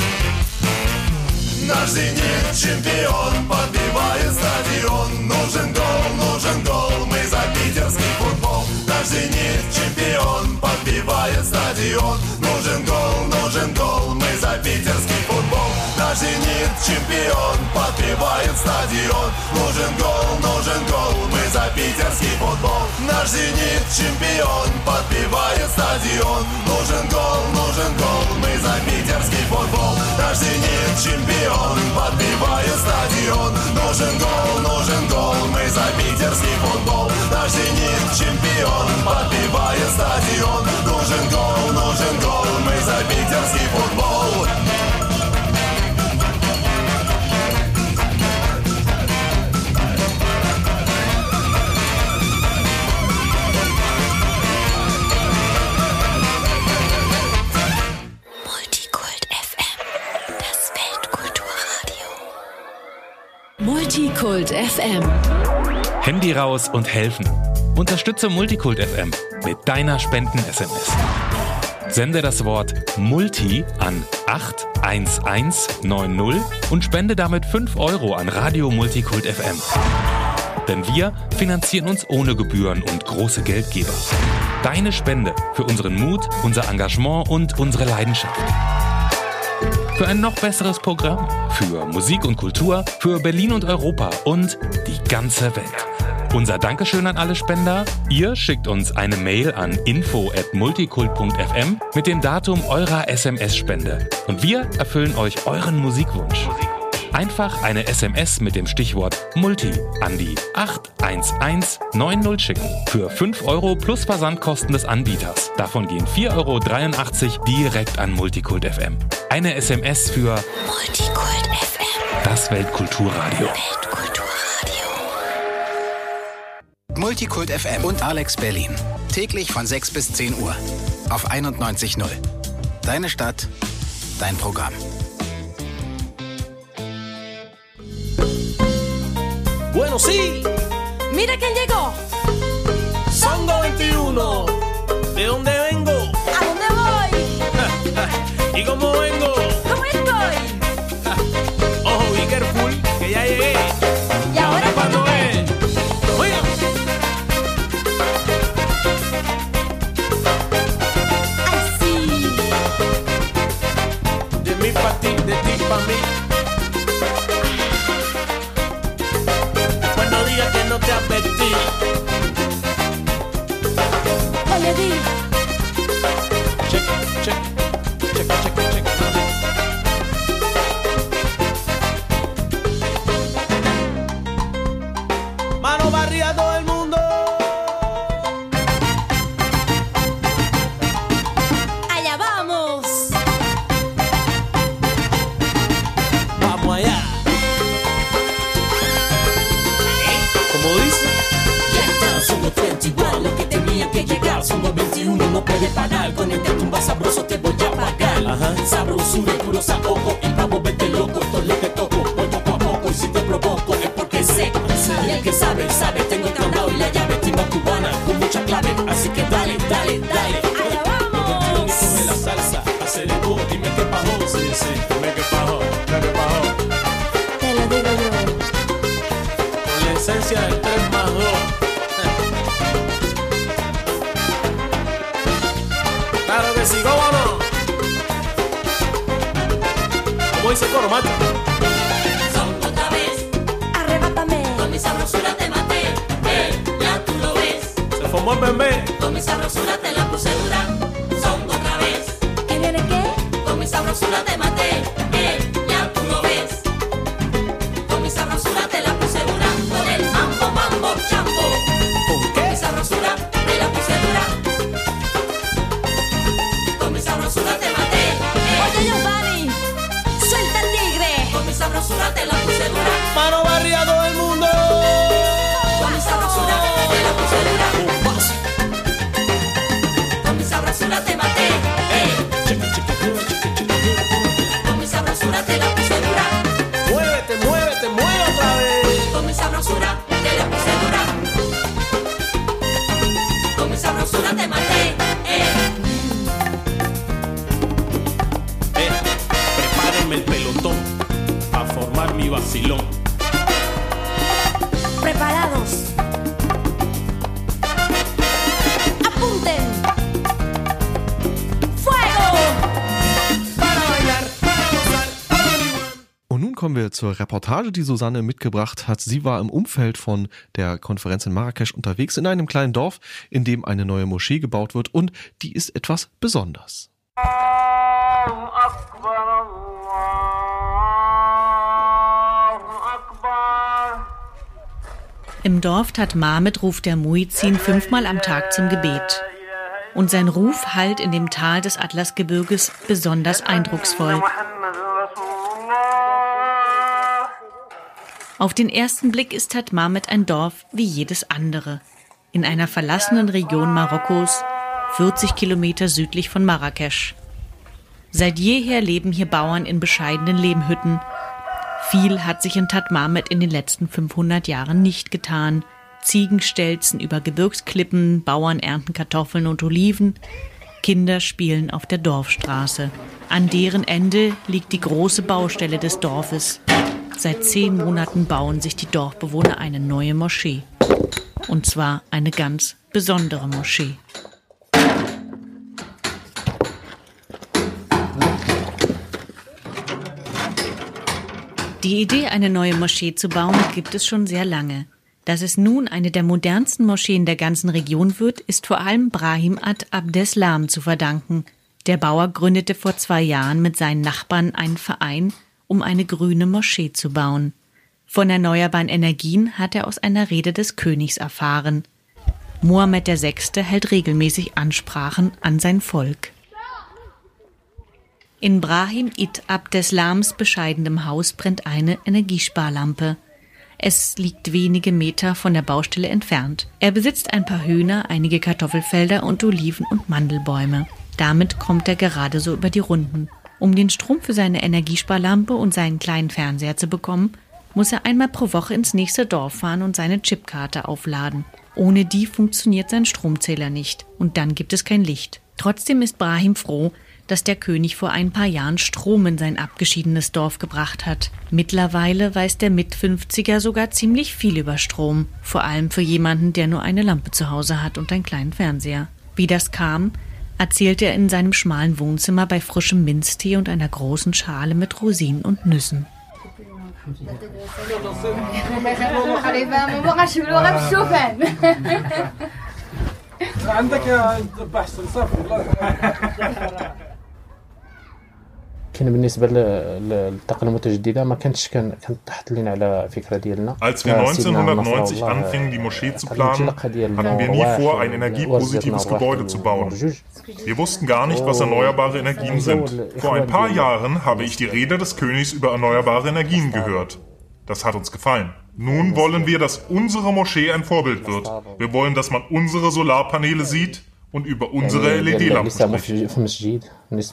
Наш «Зенит» чемпион, подбивает стадион. Нужен гол, мы за питерский футбол. Наш «Зенит» чемпион, подбивает стадион. Нужен гол, мы за питерский футбол. Наш «Зенит» чемпион, подбивает стадион. Нужен гол, мы за питерский футбол. Наш «Зенит» чемпион, подбивает стадион. Нужен гол, мы за питерский футбол. Наш «Зенит» чемпион, подбивает стадион. Нужен гол, мы за питерский футбол. Наш «Зенит» чемпион, подбивает стадион. Нужен гол, мы за питерский футбол. Multikult FM. Handy raus und helfen. Unterstütze Multikult FM mit deiner Spenden-SMS. Sende das Wort Multi an 81190 und spende damit 5 € an Radio Multicult FM. Denn wir finanzieren uns ohne Gebühren und große Geldgeber. Deine Spende für unseren Mut, unser Engagement und unsere Leidenschaft. Für ein noch besseres Programm, für Musik und Kultur, für Berlin und Europa und die ganze Welt. Unser Dankeschön an alle Spender. Ihr schickt uns eine Mail an info@multicult.fm mit dem Datum eurer SMS-Spende. Und wir erfüllen euch euren Musikwunsch. Einfach eine SMS mit dem Stichwort Multi an die 81190 schicken. Für 5 € plus Versandkosten des Anbieters. Davon gehen 4,83 € direkt an Multicult FM. Eine SMS für Multicult FM. Das Weltkulturradio. Multicult FM und Alex Berlin. Täglich von 6 bis 10 Uhr. Auf 91.0. Deine Stadt, dein Programm. Bueno, sí. Mira quién llegó. Songo 21. ¿De dónde vengo? ¿A dónde voy? ¿Y cómo vengo? ¿Cómo estoy? Ojo, be careful, que ya llegué. ¿Y ahora cuándo es? Oiga. ¡Ay, sí! De mí pa' ti, de ti pa' mí. Después no digas que no te advertí. Oye, di. Check, check, check, check, check. Mano barría a todo el mundo. Allá vamos. Vamos allá. Como dice. Ya está, somos 21, lo que tenía que llegar. Somos 21, no puede parar. Con este tumba sabroso te voy a pagar. Ajá. Sabrosura y puro saoco. Y pa' volverte loco, esto es lo que toco. Voy poco a poco y si te provoco es porque sé. Y el que sabe, sabe. Tengo el candado y la llave. Timba cubana con mucha clave. Así que dale, dale, dale. Allá vamos. Coge la salsa, aceleró, dime qué pasó. Sí, sí, dime qué pasó, dime qué pasó. Te lo digo yo. Con la esencia del 3 más 2. Claro que sí, ¿cómo no? ¿Cómo dice el coro, macho? Son otra vez. Arrebátame. Con mi sabrosura te maté. Ya tú lo ves. Se formó el bebé. Con mi sabrosura te la puse dura. Son otra vez. ¿Qué viene qué? Con mi sabrosura te maté, ya tú lo ves. Con mi sabrosura te la puse dura. Con el mambo, mambo, chambo. ¿Con Con qué? mi sabrosura te la puse dura. Con mi sabrosura te maté, Oye, Giovanni. Suelta el tigre. con mi sabrosura te la puse dura. Mano barría a todo el mundo. Con mi sabrosura te la puse dura. Bombazo. Con mi sabrosura te maté, Cheque, cheque, cheque, cheque, cheque. con mi sabrosura te la puse dura. Muévete, muévete, mueve otra vez. Con mi sabrosura te la puse dura. Con mi sabrosura te maté, Prepárenme el pelotón a formar mi vacilón. Preparados. Apunten. ¡Fuego! Para bailar, para gozar, para animar. Und nun kommen wir zur Reportage, die Susanne mitgebracht hat. Sie war im Umfeld von der Konferenz in Marrakesch unterwegs, in einem kleinen Dorf, in dem eine neue Moschee gebaut wird, und die ist etwas besonders. Im Dorf Tatmamet ruft der Muezzin 5-mal am Tag zum Gebet. Und sein Ruf hallt in dem Tal des Atlasgebirges besonders eindrucksvoll. Auf den ersten Blick ist Tatmamet ein Dorf wie jedes andere. In einer verlassenen Region Marokkos, 40 Kilometer südlich von Marrakesch. Seit jeher leben hier Bauern in bescheidenen Lehmhütten. Viel hat sich in Tatmamet in den letzten 500 Jahren nicht getan. Ziegen stelzen über Gebirgsklippen, Bauern ernten Kartoffeln und Oliven. Kinder spielen auf der Dorfstraße. An deren Ende liegt die große Baustelle des Dorfes. Seit 10 Monaten bauen sich die Dorfbewohner eine neue Moschee. Und zwar eine ganz besondere Moschee. Die Idee, eine neue Moschee zu bauen, gibt es schon sehr lange. Dass es nun eine der modernsten Moscheen der ganzen Region wird, ist vor allem Brahim Abdeslam zu verdanken. Der Bauer gründete vor 2 Jahren mit seinen Nachbarn einen Verein, um eine grüne Moschee zu bauen. Von erneuerbaren Energien hat er aus einer Rede des Königs erfahren. Mohammed VI. Hält regelmäßig Ansprachen an sein Volk. In Brahim Abdeslams bescheidenem Haus brennt eine Energiesparlampe. Es liegt wenige Meter von der Baustelle entfernt. Er besitzt ein paar Hühner, einige Kartoffelfelder und Oliven- und Mandelbäume. Damit kommt er gerade so über die Runden. Um den Strom für seine Energiesparlampe und seinen kleinen Fernseher zu bekommen, muss er einmal pro Woche ins nächste Dorf fahren und seine Chipkarte aufladen. Ohne die funktioniert sein Stromzähler nicht und dann gibt es kein Licht. Trotzdem ist Brahim froh, dass der König vor ein paar Jahren Strom in sein abgeschiedenes Dorf gebracht hat. Mittlerweile weiß der Mit-50er sogar ziemlich viel über Strom, vor allem für jemanden, der nur eine Lampe zu Hause hat und einen kleinen Fernseher. Wie das kam, erzählt er in seinem schmalen Wohnzimmer bei frischem Minztee und einer großen Schale mit Rosinen und Nüssen. كان بالنسبه للطاقه المتجدده ما كانت تحت لنا على فكره ديالنا. Als wir 1990 anfingen, die Moschee zu planen, hatten wir nie vor, ein energiepositives Gebäude zu bauen. Wir wussten gar nicht, was erneuerbare Energien sind. Vor ein paar Jahren habe ich die Rede des Königs über erneuerbare Energien gehört. Das hat uns gefallen. Nun wollen wir, dass unsere Moschee ein Vorbild wird. Wir wollen, dass man unsere Solarpaneele sieht und über unsere LED-Lampen spricht.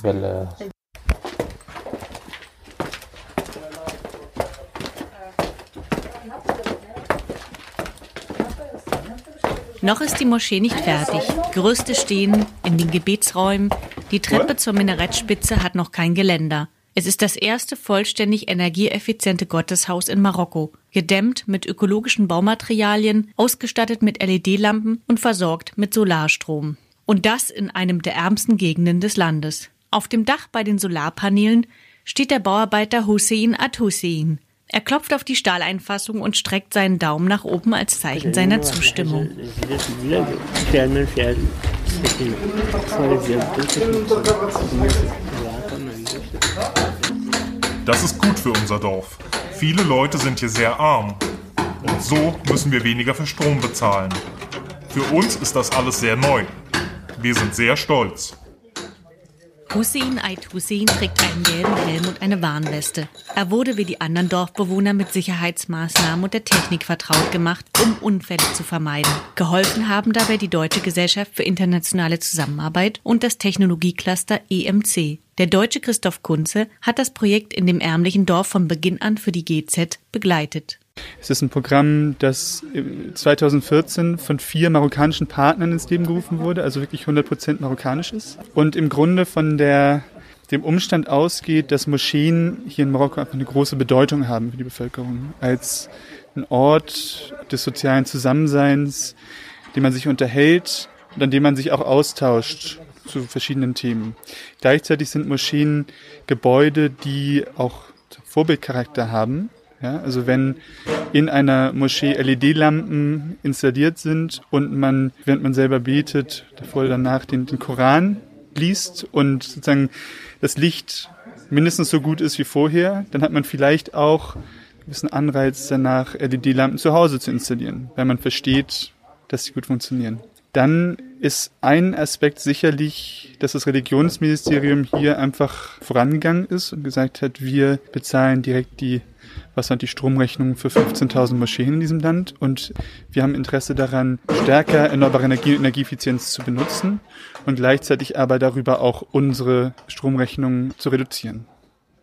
Noch ist die Moschee nicht fertig. Gerüste stehen in den Gebetsräumen. Die Treppe zur Minarettspitze hat noch kein Geländer. Es ist das erste vollständig energieeffiziente Gotteshaus in Marokko. Gedämmt mit ökologischen Baumaterialien, ausgestattet mit LED-Lampen und versorgt mit Solarstrom. Und das in einem der ärmsten Gegenden des Landes. Auf dem Dach bei den Solarpanelen steht der Bauarbeiter Hussein Hussein. Er klopft auf die Stahleinfassung und streckt seinen Daumen nach oben als Zeichen seiner Zustimmung. Das ist gut für unser Dorf. Viele Leute sind hier sehr arm. Und so müssen wir weniger für Strom bezahlen. Für uns ist das alles sehr neu. Wir sind sehr stolz. Hussein Hussein trägt einen gelben Helm und eine Warnweste. Er wurde wie die anderen Dorfbewohner mit Sicherheitsmaßnahmen und der Technik vertraut gemacht, um Unfälle zu vermeiden. Geholfen haben dabei die Deutsche Gesellschaft für internationale Zusammenarbeit und das Technologiecluster EMC. Der Deutsche Christoph Kunze hat das Projekt in dem ärmlichen Dorf von Beginn an für die GZ begleitet. Es ist ein Programm, das 2014 von 4 marokkanischen Partnern ins Leben gerufen wurde, also wirklich 100% marokkanisch ist. Und im Grunde von dem Umstand ausgeht, dass Moscheen hier in Marokko einfach eine große Bedeutung haben für die Bevölkerung. Als ein Ort des sozialen Zusammenseins, in dem man sich unterhält und an dem man sich auch austauscht zu verschiedenen Themen. Gleichzeitig sind Moscheen Gebäude, die auch Vorbildcharakter haben. Ja, also wenn in einer Moschee LED-Lampen installiert sind und man, während man selber betet, davor danach den Koran liest und sozusagen das Licht mindestens so gut ist wie vorher, dann hat man vielleicht auch einen gewissen Anreiz danach, LED-Lampen zu Hause zu installieren, weil man versteht, dass sie gut funktionieren. Dann ist ein Aspekt sicherlich, dass das Religionsministerium hier einfach vorangegangen ist und gesagt hat, wir bezahlen direkt die Stromrechnung für 15.000 Moscheen in diesem Land und wir haben Interesse daran, stärker erneuerbare Energie und Energieeffizienz zu benutzen und gleichzeitig aber darüber auch unsere Stromrechnung zu reduzieren.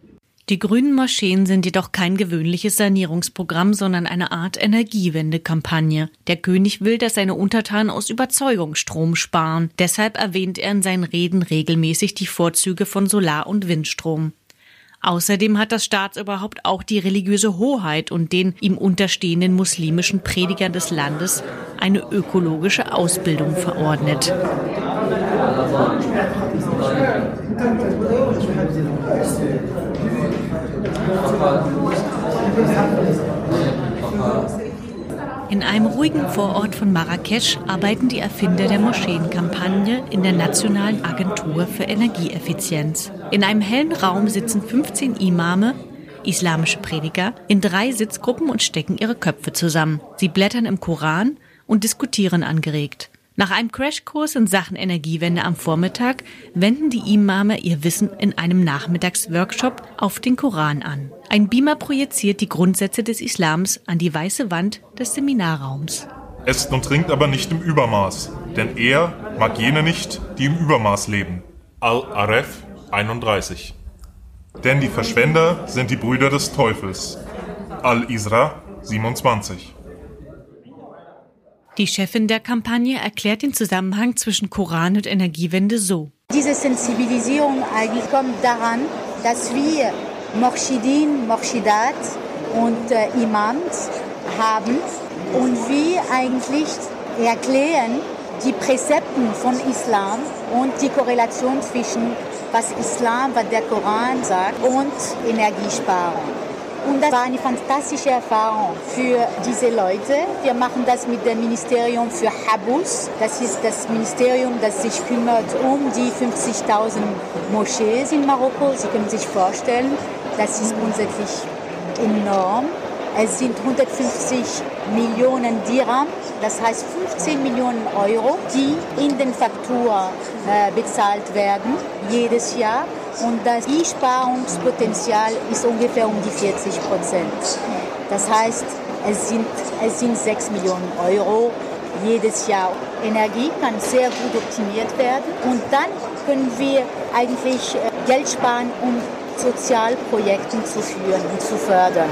Die grünen Moscheen sind jedoch kein gewöhnliches Sanierungsprogramm, sondern eine Art Energiewende-Kampagne. Der König will, dass seine Untertanen aus Überzeugung Strom sparen. Deshalb erwähnt er in seinen Reden regelmäßig die Vorzüge von Solar- und Windstrom. Außerdem hat das Staatsoberhaupt auch die religiöse Hoheit und den ihm unterstehenden muslimischen Predigern des Landes eine ökologische Ausbildung verordnet. In einem ruhigen Vorort von Marrakesch arbeiten die Erfinder der Moscheenkampagne in der Nationalen Agentur für Energieeffizienz. In einem hellen Raum sitzen 15 Imame, islamische Prediger, in 3 Sitzgruppen und stecken ihre Köpfe zusammen. Sie blättern im Koran und diskutieren angeregt. Nach einem Crashkurs in Sachen Energiewende am Vormittag wenden die Imame ihr Wissen in einem Nachmittagsworkshop auf den Koran an. Ein Beamer projiziert die Grundsätze des Islams an die weiße Wand des Seminarraums. Esst und trinkt aber nicht im Übermaß, denn er mag jene nicht, die im Übermaß leben. Al-Aref 31. Denn die Verschwender sind die Brüder des Teufels. Al-Isra 27. Die Chefin der Kampagne erklärt den Zusammenhang zwischen Koran und Energiewende so. Diese Sensibilisierung eigentlich kommt daran, dass wir Morshidin, Morshidat und Imams haben und wir eigentlich erklären die Präzepten von Islam und die Korrelation zwischen was Islam, was der Koran sagt und Energiesparung. Und das war eine fantastische Erfahrung für diese Leute. Wir machen das mit dem Ministerium für Habus. Das ist das Ministerium, das sich kümmert um die 50.000 Moschees in Marokko. Sie können sich vorstellen, das ist grundsätzlich enorm. Es sind 150 Millionen Dirham, das heißt 15 Millionen Euro, die in den Fakturen bezahlt werden, jedes Jahr. Und das Einsparungspotenzial ist ungefähr um die 40%. Das heißt, es sind 6 Millionen Euro jedes Jahr. Energie kann sehr gut optimiert werden und dann können wir eigentlich Geld sparen, um Sozialprojekte zu führen und zu fördern.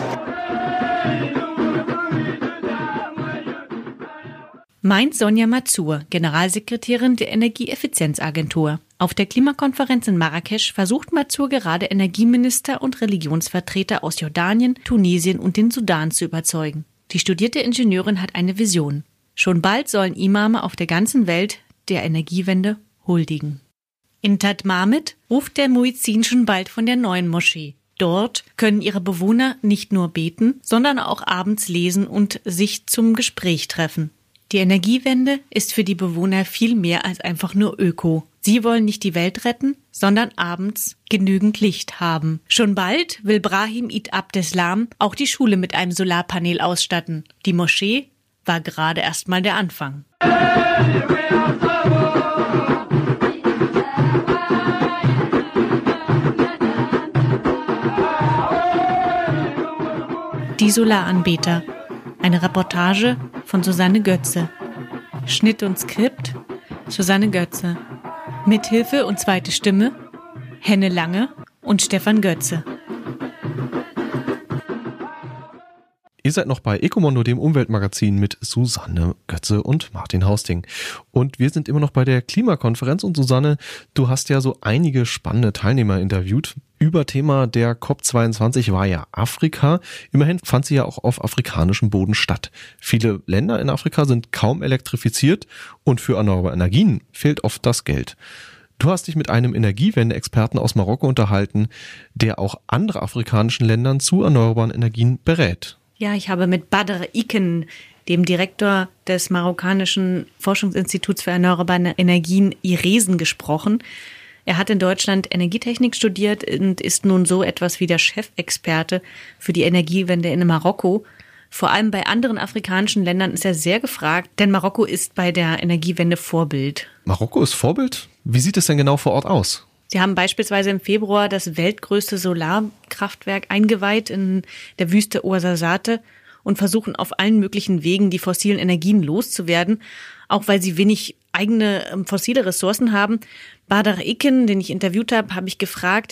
Meint Sonja Mazur, Generalsekretärin der Energieeffizienzagentur. Auf der Klimakonferenz in Marrakesch versucht Mazur gerade Energieminister und Religionsvertreter aus Jordanien, Tunesien und den Sudan zu überzeugen. Die studierte Ingenieurin hat eine Vision. Schon bald sollen Imame auf der ganzen Welt der Energiewende huldigen. In Tadmamit ruft der Muezzin schon bald von der neuen Moschee. Dort können ihre Bewohner nicht nur beten, sondern auch abends lesen und sich zum Gespräch treffen. Die Energiewende ist für die Bewohner viel mehr als einfach nur Öko. Sie wollen nicht die Welt retten, sondern abends genügend Licht haben. Schon bald will Brahim Eid Abdeslam auch die Schule mit einem Solarpanel ausstatten. Die Moschee war gerade erst mal der Anfang. Die Solaranbeter. Eine Reportage von Susanne Götze. Schnitt und Skript Susanne Götze. Mithilfe und zweite Stimme Henne Lange und Stefan Götze. Ihr seid noch bei Ecomondo, dem Umweltmagazin mit Susanne Götze und Martin Hausting. Und wir sind immer noch bei der Klimakonferenz. Und Susanne, du hast ja so einige spannende Teilnehmer interviewt. Überthema der COP22 war ja Afrika. Immerhin fand sie ja auch auf afrikanischem Boden statt. Viele Länder in Afrika sind kaum elektrifiziert und für erneuerbare Energien fehlt oft das Geld. Du hast dich mit einem Energiewende-Experten aus Marokko unterhalten, der auch andere afrikanischen Ländern zu erneuerbaren Energien berät. Ja, ich habe mit Badr Iken, dem Direktor des marokkanischen Forschungsinstituts für erneuerbare Energien IRESEN, gesprochen. Er hat in Deutschland Energietechnik studiert und ist nun so etwas wie der Chefexperte für die Energiewende in Marokko. Vor allem bei anderen afrikanischen Ländern ist er sehr gefragt, denn Marokko ist bei der Energiewende Vorbild. Marokko ist Vorbild? Wie sieht es denn genau vor Ort aus? Sie haben beispielsweise im Februar das weltgrößte Solarkraftwerk eingeweiht in der Wüste Ouarzazate und versuchen auf allen möglichen Wegen die fossilen Energien loszuwerden, auch weil sie wenig eigene fossile Ressourcen haben. Badr Iken, den ich interviewt habe, habe ich gefragt,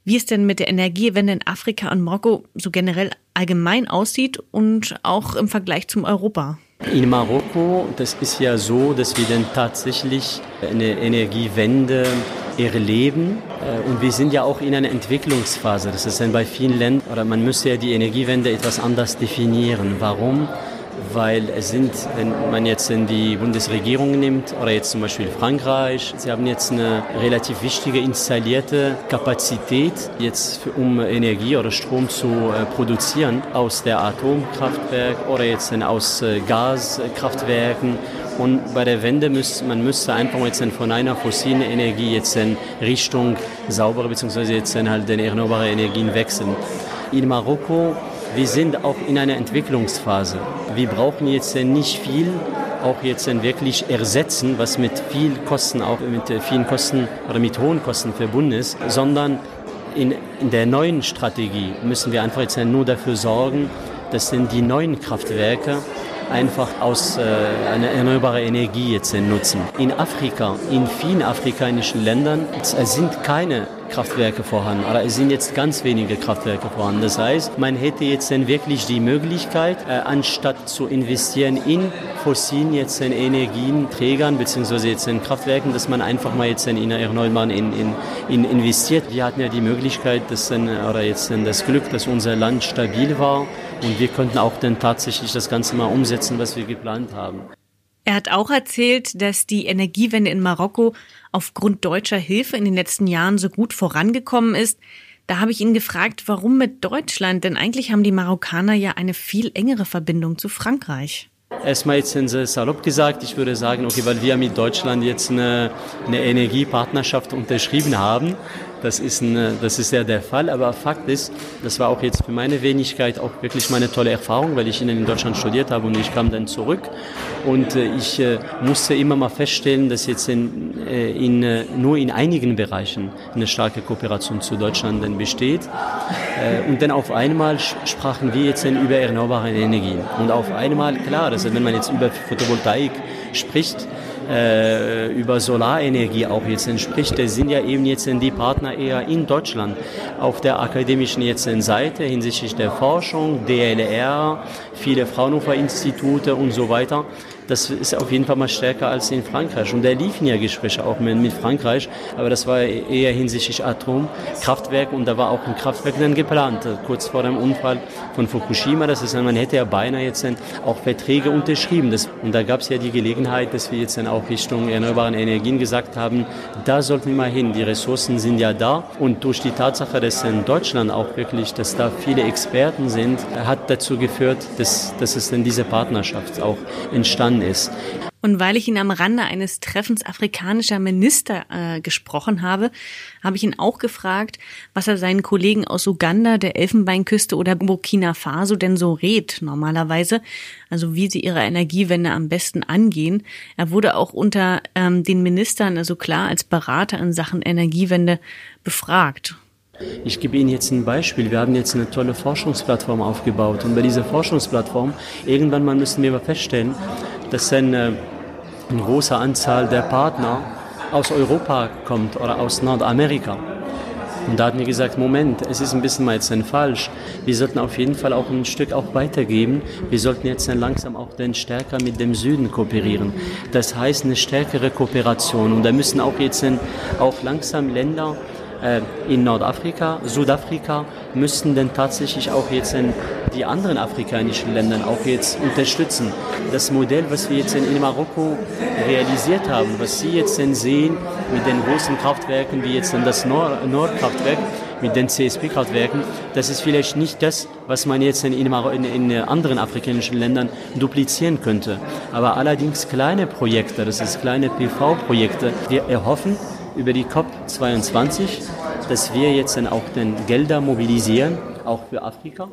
wie es denn mit der Energiewende in Afrika und Marokko so generell allgemein aussieht und auch im Vergleich zum Europa. In Marokko, das ist ja so, dass wir dann tatsächlich eine Energiewende erleben. Und wir sind ja auch in einer Entwicklungsphase. Das ist dann bei vielen Ländern, oder man müsste ja die Energiewende etwas anders definieren. Warum? Weil es sind, wenn man jetzt die Bundesregierung nimmt oder jetzt zum Beispiel Frankreich, sie haben jetzt eine relativ wichtige installierte Kapazität, jetzt um Energie oder Strom zu produzieren aus der Atomkraftwerk oder jetzt aus Gaskraftwerken. Und bei der Wende müsste einfach jetzt von einer fossilen Energie jetzt in Richtung saubere bzw. jetzt halt erneuerbare Energien wechseln. In Marokko, wir sind auch in einer Entwicklungsphase. Wir brauchen jetzt nicht viel, auch jetzt wirklich ersetzen, was mit viel Kosten, auch mit vielen Kosten oder mit hohen Kosten verbunden ist, sondern in der neuen Strategie müssen wir einfach jetzt nur dafür sorgen, dass denn die neuen Kraftwerke einfach aus einer erneuerbaren Energie jetzt nutzen. In Afrika, in vielen afrikanischen Ländern sind keine Kraftwerke vorhanden, aber es sind jetzt ganz wenige Kraftwerke vorhanden. Das heißt, man hätte jetzt dann wirklich die Möglichkeit, anstatt zu investieren in fossilen jetzt in Energieträgern bzw. jetzt in Kraftwerken, dass man einfach mal jetzt in erneuerbaren investiert. Wir hatten ja die Möglichkeit, das Glück, dass unser Land stabil war und wir konnten auch dann tatsächlich das Ganze mal umsetzen, was wir geplant haben. Er hat auch erzählt, dass die Energiewende in Marokko aufgrund deutscher Hilfe in den letzten Jahren so gut vorangekommen ist. Da habe ich ihn gefragt, warum mit Deutschland? Denn eigentlich haben die Marokkaner ja eine viel engere Verbindung zu Frankreich. Erstmal jetzt salopp gesagt, ich würde sagen, okay, weil wir mit Deutschland jetzt eine Energiepartnerschaft unterschrieben haben. Das ist ja der Fall, aber Fakt ist, das war auch jetzt für meine Wenigkeit auch wirklich meine tolle Erfahrung, weil ich in Deutschland studiert habe und ich kam dann zurück und ich musste immer mal feststellen, dass jetzt nur in einigen Bereichen eine starke Kooperation zu Deutschland dann besteht und dann auf einmal sprachen wir jetzt über erneuerbare Energien und auf einmal, klar, wenn man jetzt über Photovoltaik spricht, über Solarenergie auch jetzt spricht, das sind ja eben jetzt die Partner eher in Deutschland auf der akademischen jetzt Seite hinsichtlich der Forschung, DLR, viele Fraunhofer-Institute und so weiter. Das ist auf jeden Fall mal stärker als in Frankreich. Und da liefen ja Gespräche auch mit Frankreich, aber das war eher hinsichtlich Atomkraftwerk und da war auch ein Kraftwerk dann geplant, kurz vor dem Unfall von Fukushima. Das ist, man hätte ja beinahe jetzt dann auch Verträge unterschrieben. Und da gab es ja die Gelegenheit, dass wir jetzt dann auch Richtung erneuerbaren Energien gesagt haben, da sollten wir mal hin. Die Ressourcen sind ja da und durch die Tatsache, dass in Deutschland auch wirklich, dass da viele Experten sind, hat dazu geführt, dass es dann diese Partnerschaft auch entstanden ist. Und weil ich ihn am Rande eines Treffens afrikanischer Minister gesprochen habe, habe ich ihn auch gefragt, was er seinen Kollegen aus Uganda, der Elfenbeinküste oder Burkina Faso denn so rät normalerweise, also wie sie ihre Energiewende am besten angehen. Er wurde auch unter den Ministern, also klar als Berater in Sachen Energiewende befragt. Ich gebe Ihnen jetzt ein Beispiel. Wir haben jetzt eine tolle Forschungsplattform aufgebaut und bei dieser Forschungsplattform irgendwann mal müssen wir mal feststellen, dass eine große Anzahl der Partner aus Europa kommt oder aus Nordamerika. Und da hatten wir gesagt, Moment, es ist ein bisschen mal jetzt falsch. Wir sollten auf jeden Fall auch ein Stück auch weitergeben. Wir sollten jetzt dann langsam auch dann stärker mit dem Süden kooperieren. Das heißt eine stärkere Kooperation. Und da müssen auch jetzt dann auch langsam Länder in Nordafrika, Südafrika müssten dann tatsächlich auch jetzt die anderen afrikanischen Länder auch jetzt unterstützen. Das Modell, was wir jetzt in Marokko realisiert haben, was Sie jetzt sehen mit den großen Kraftwerken, wie jetzt das Nordkraftwerk, mit den CSP-Kraftwerken, das ist vielleicht nicht das, was man jetzt in anderen afrikanischen Ländern duplizieren könnte. Aber allerdings kleine Projekte, das ist kleine PV-Projekte. Wir erhoffen, über die COP22, dass wir jetzt dann auch den Gelder mobilisieren, auch für Afrika.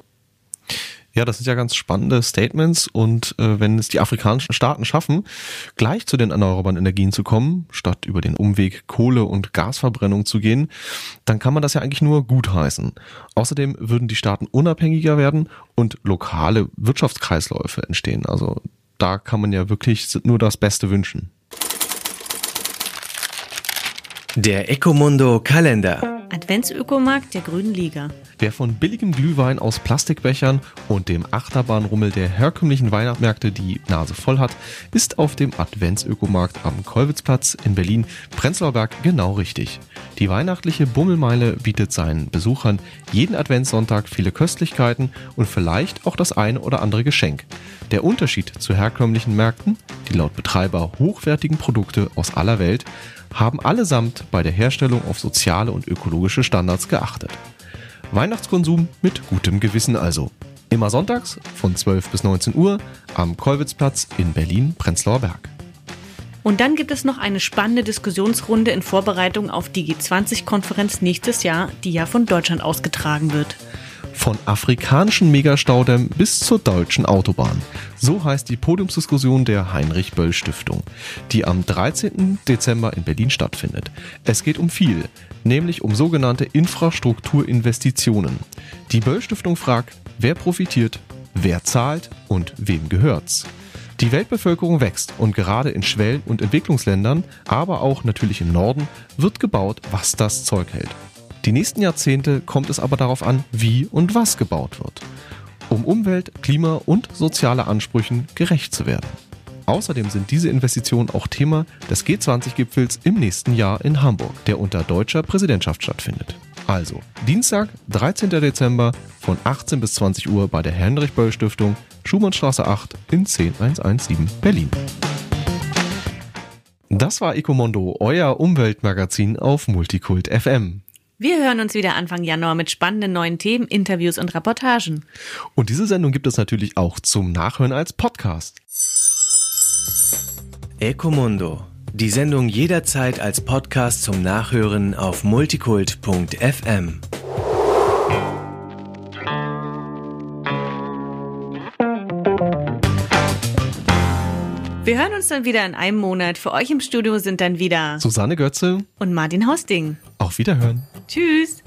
Ja, das sind ja ganz spannende Statements und wenn es die afrikanischen Staaten schaffen, gleich zu den erneuerbaren Energien zu kommen, statt über den Umweg Kohle- und Gasverbrennung zu gehen, dann kann man das ja eigentlich nur gutheißen. Außerdem würden die Staaten unabhängiger werden und lokale Wirtschaftskreisläufe entstehen. Also da kann man ja wirklich nur das Beste wünschen. Der Ecomundo Kalender. Adventsökomarkt der Grünen Liga. Wer von billigem Glühwein aus Plastikbechern und dem Achterbahnrummel der herkömmlichen Weihnachtsmärkte die Nase voll hat, ist auf dem Adventsökomarkt am Kollwitzplatz in Berlin-Prenzlauer Berg genau richtig. Die weihnachtliche Bummelmeile bietet seinen Besuchern jeden Adventssonntag viele Köstlichkeiten und vielleicht auch das eine oder andere Geschenk. Der Unterschied zu herkömmlichen Märkten, die laut Betreiber hochwertigen Produkte aus aller Welt, haben allesamt bei der Herstellung auf soziale und ökologische Standards geachtet. Weihnachtskonsum mit gutem Gewissen also. Immer sonntags von 12 bis 19 Uhr am Kollwitzplatz in Berlin-Prenzlauer Berg. Und dann gibt es noch eine spannende Diskussionsrunde in Vorbereitung auf die G20-Konferenz nächstes Jahr, die ja von Deutschland ausgetragen wird. Von afrikanischen Megastaudamm bis zur deutschen Autobahn. So heißt die Podiumsdiskussion der Heinrich-Böll-Stiftung, die am 13. Dezember in Berlin stattfindet. Es geht um viel, nämlich um sogenannte Infrastrukturinvestitionen. Die Böll-Stiftung fragt, wer profitiert, wer zahlt und wem gehört's? Die Weltbevölkerung wächst und gerade in Schwellen- und Entwicklungsländern, aber auch natürlich im Norden, wird gebaut, was das Zeug hält. Die nächsten Jahrzehnte kommt es aber darauf an, wie und was gebaut wird, um Umwelt-, Klima- und soziale Ansprüchen gerecht zu werden. Außerdem sind diese Investitionen auch Thema des G20-Gipfels im nächsten Jahr in Hamburg, der unter deutscher Präsidentschaft stattfindet. Also, Dienstag, 13. Dezember von 18 bis 20 Uhr bei der Heinrich-Böll-Stiftung, Schumannstraße 8 in 10117 Berlin. Das war Ecomondo, euer Umweltmagazin auf Multikult FM. Wir hören uns wieder Anfang Januar mit spannenden neuen Themen, Interviews und Reportagen. Und diese Sendung gibt es natürlich auch zum Nachhören als Podcast. Ecomundo, die Sendung jederzeit als Podcast zum Nachhören auf multikult.fm. Wir hören uns dann wieder in einem Monat. Für euch im Studio sind dann wieder Susanne Götze und Martin Hausding. Auf Wiederhören. Tschüss.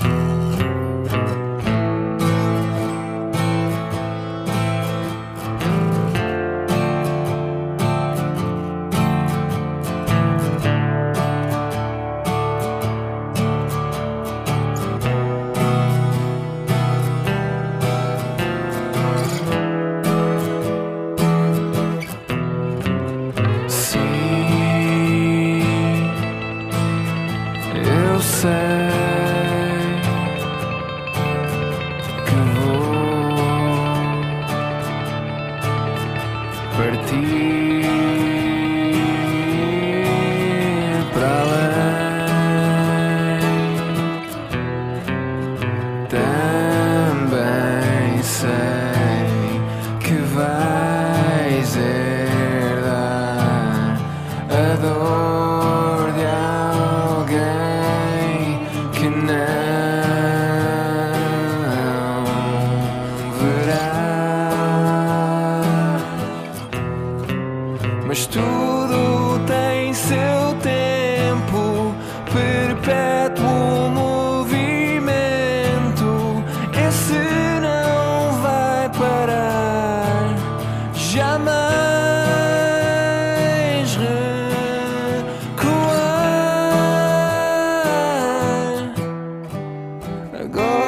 Mas tudo tem seu tempo, perpétuo movimento. Esse não vai parar jamais recuar. Agora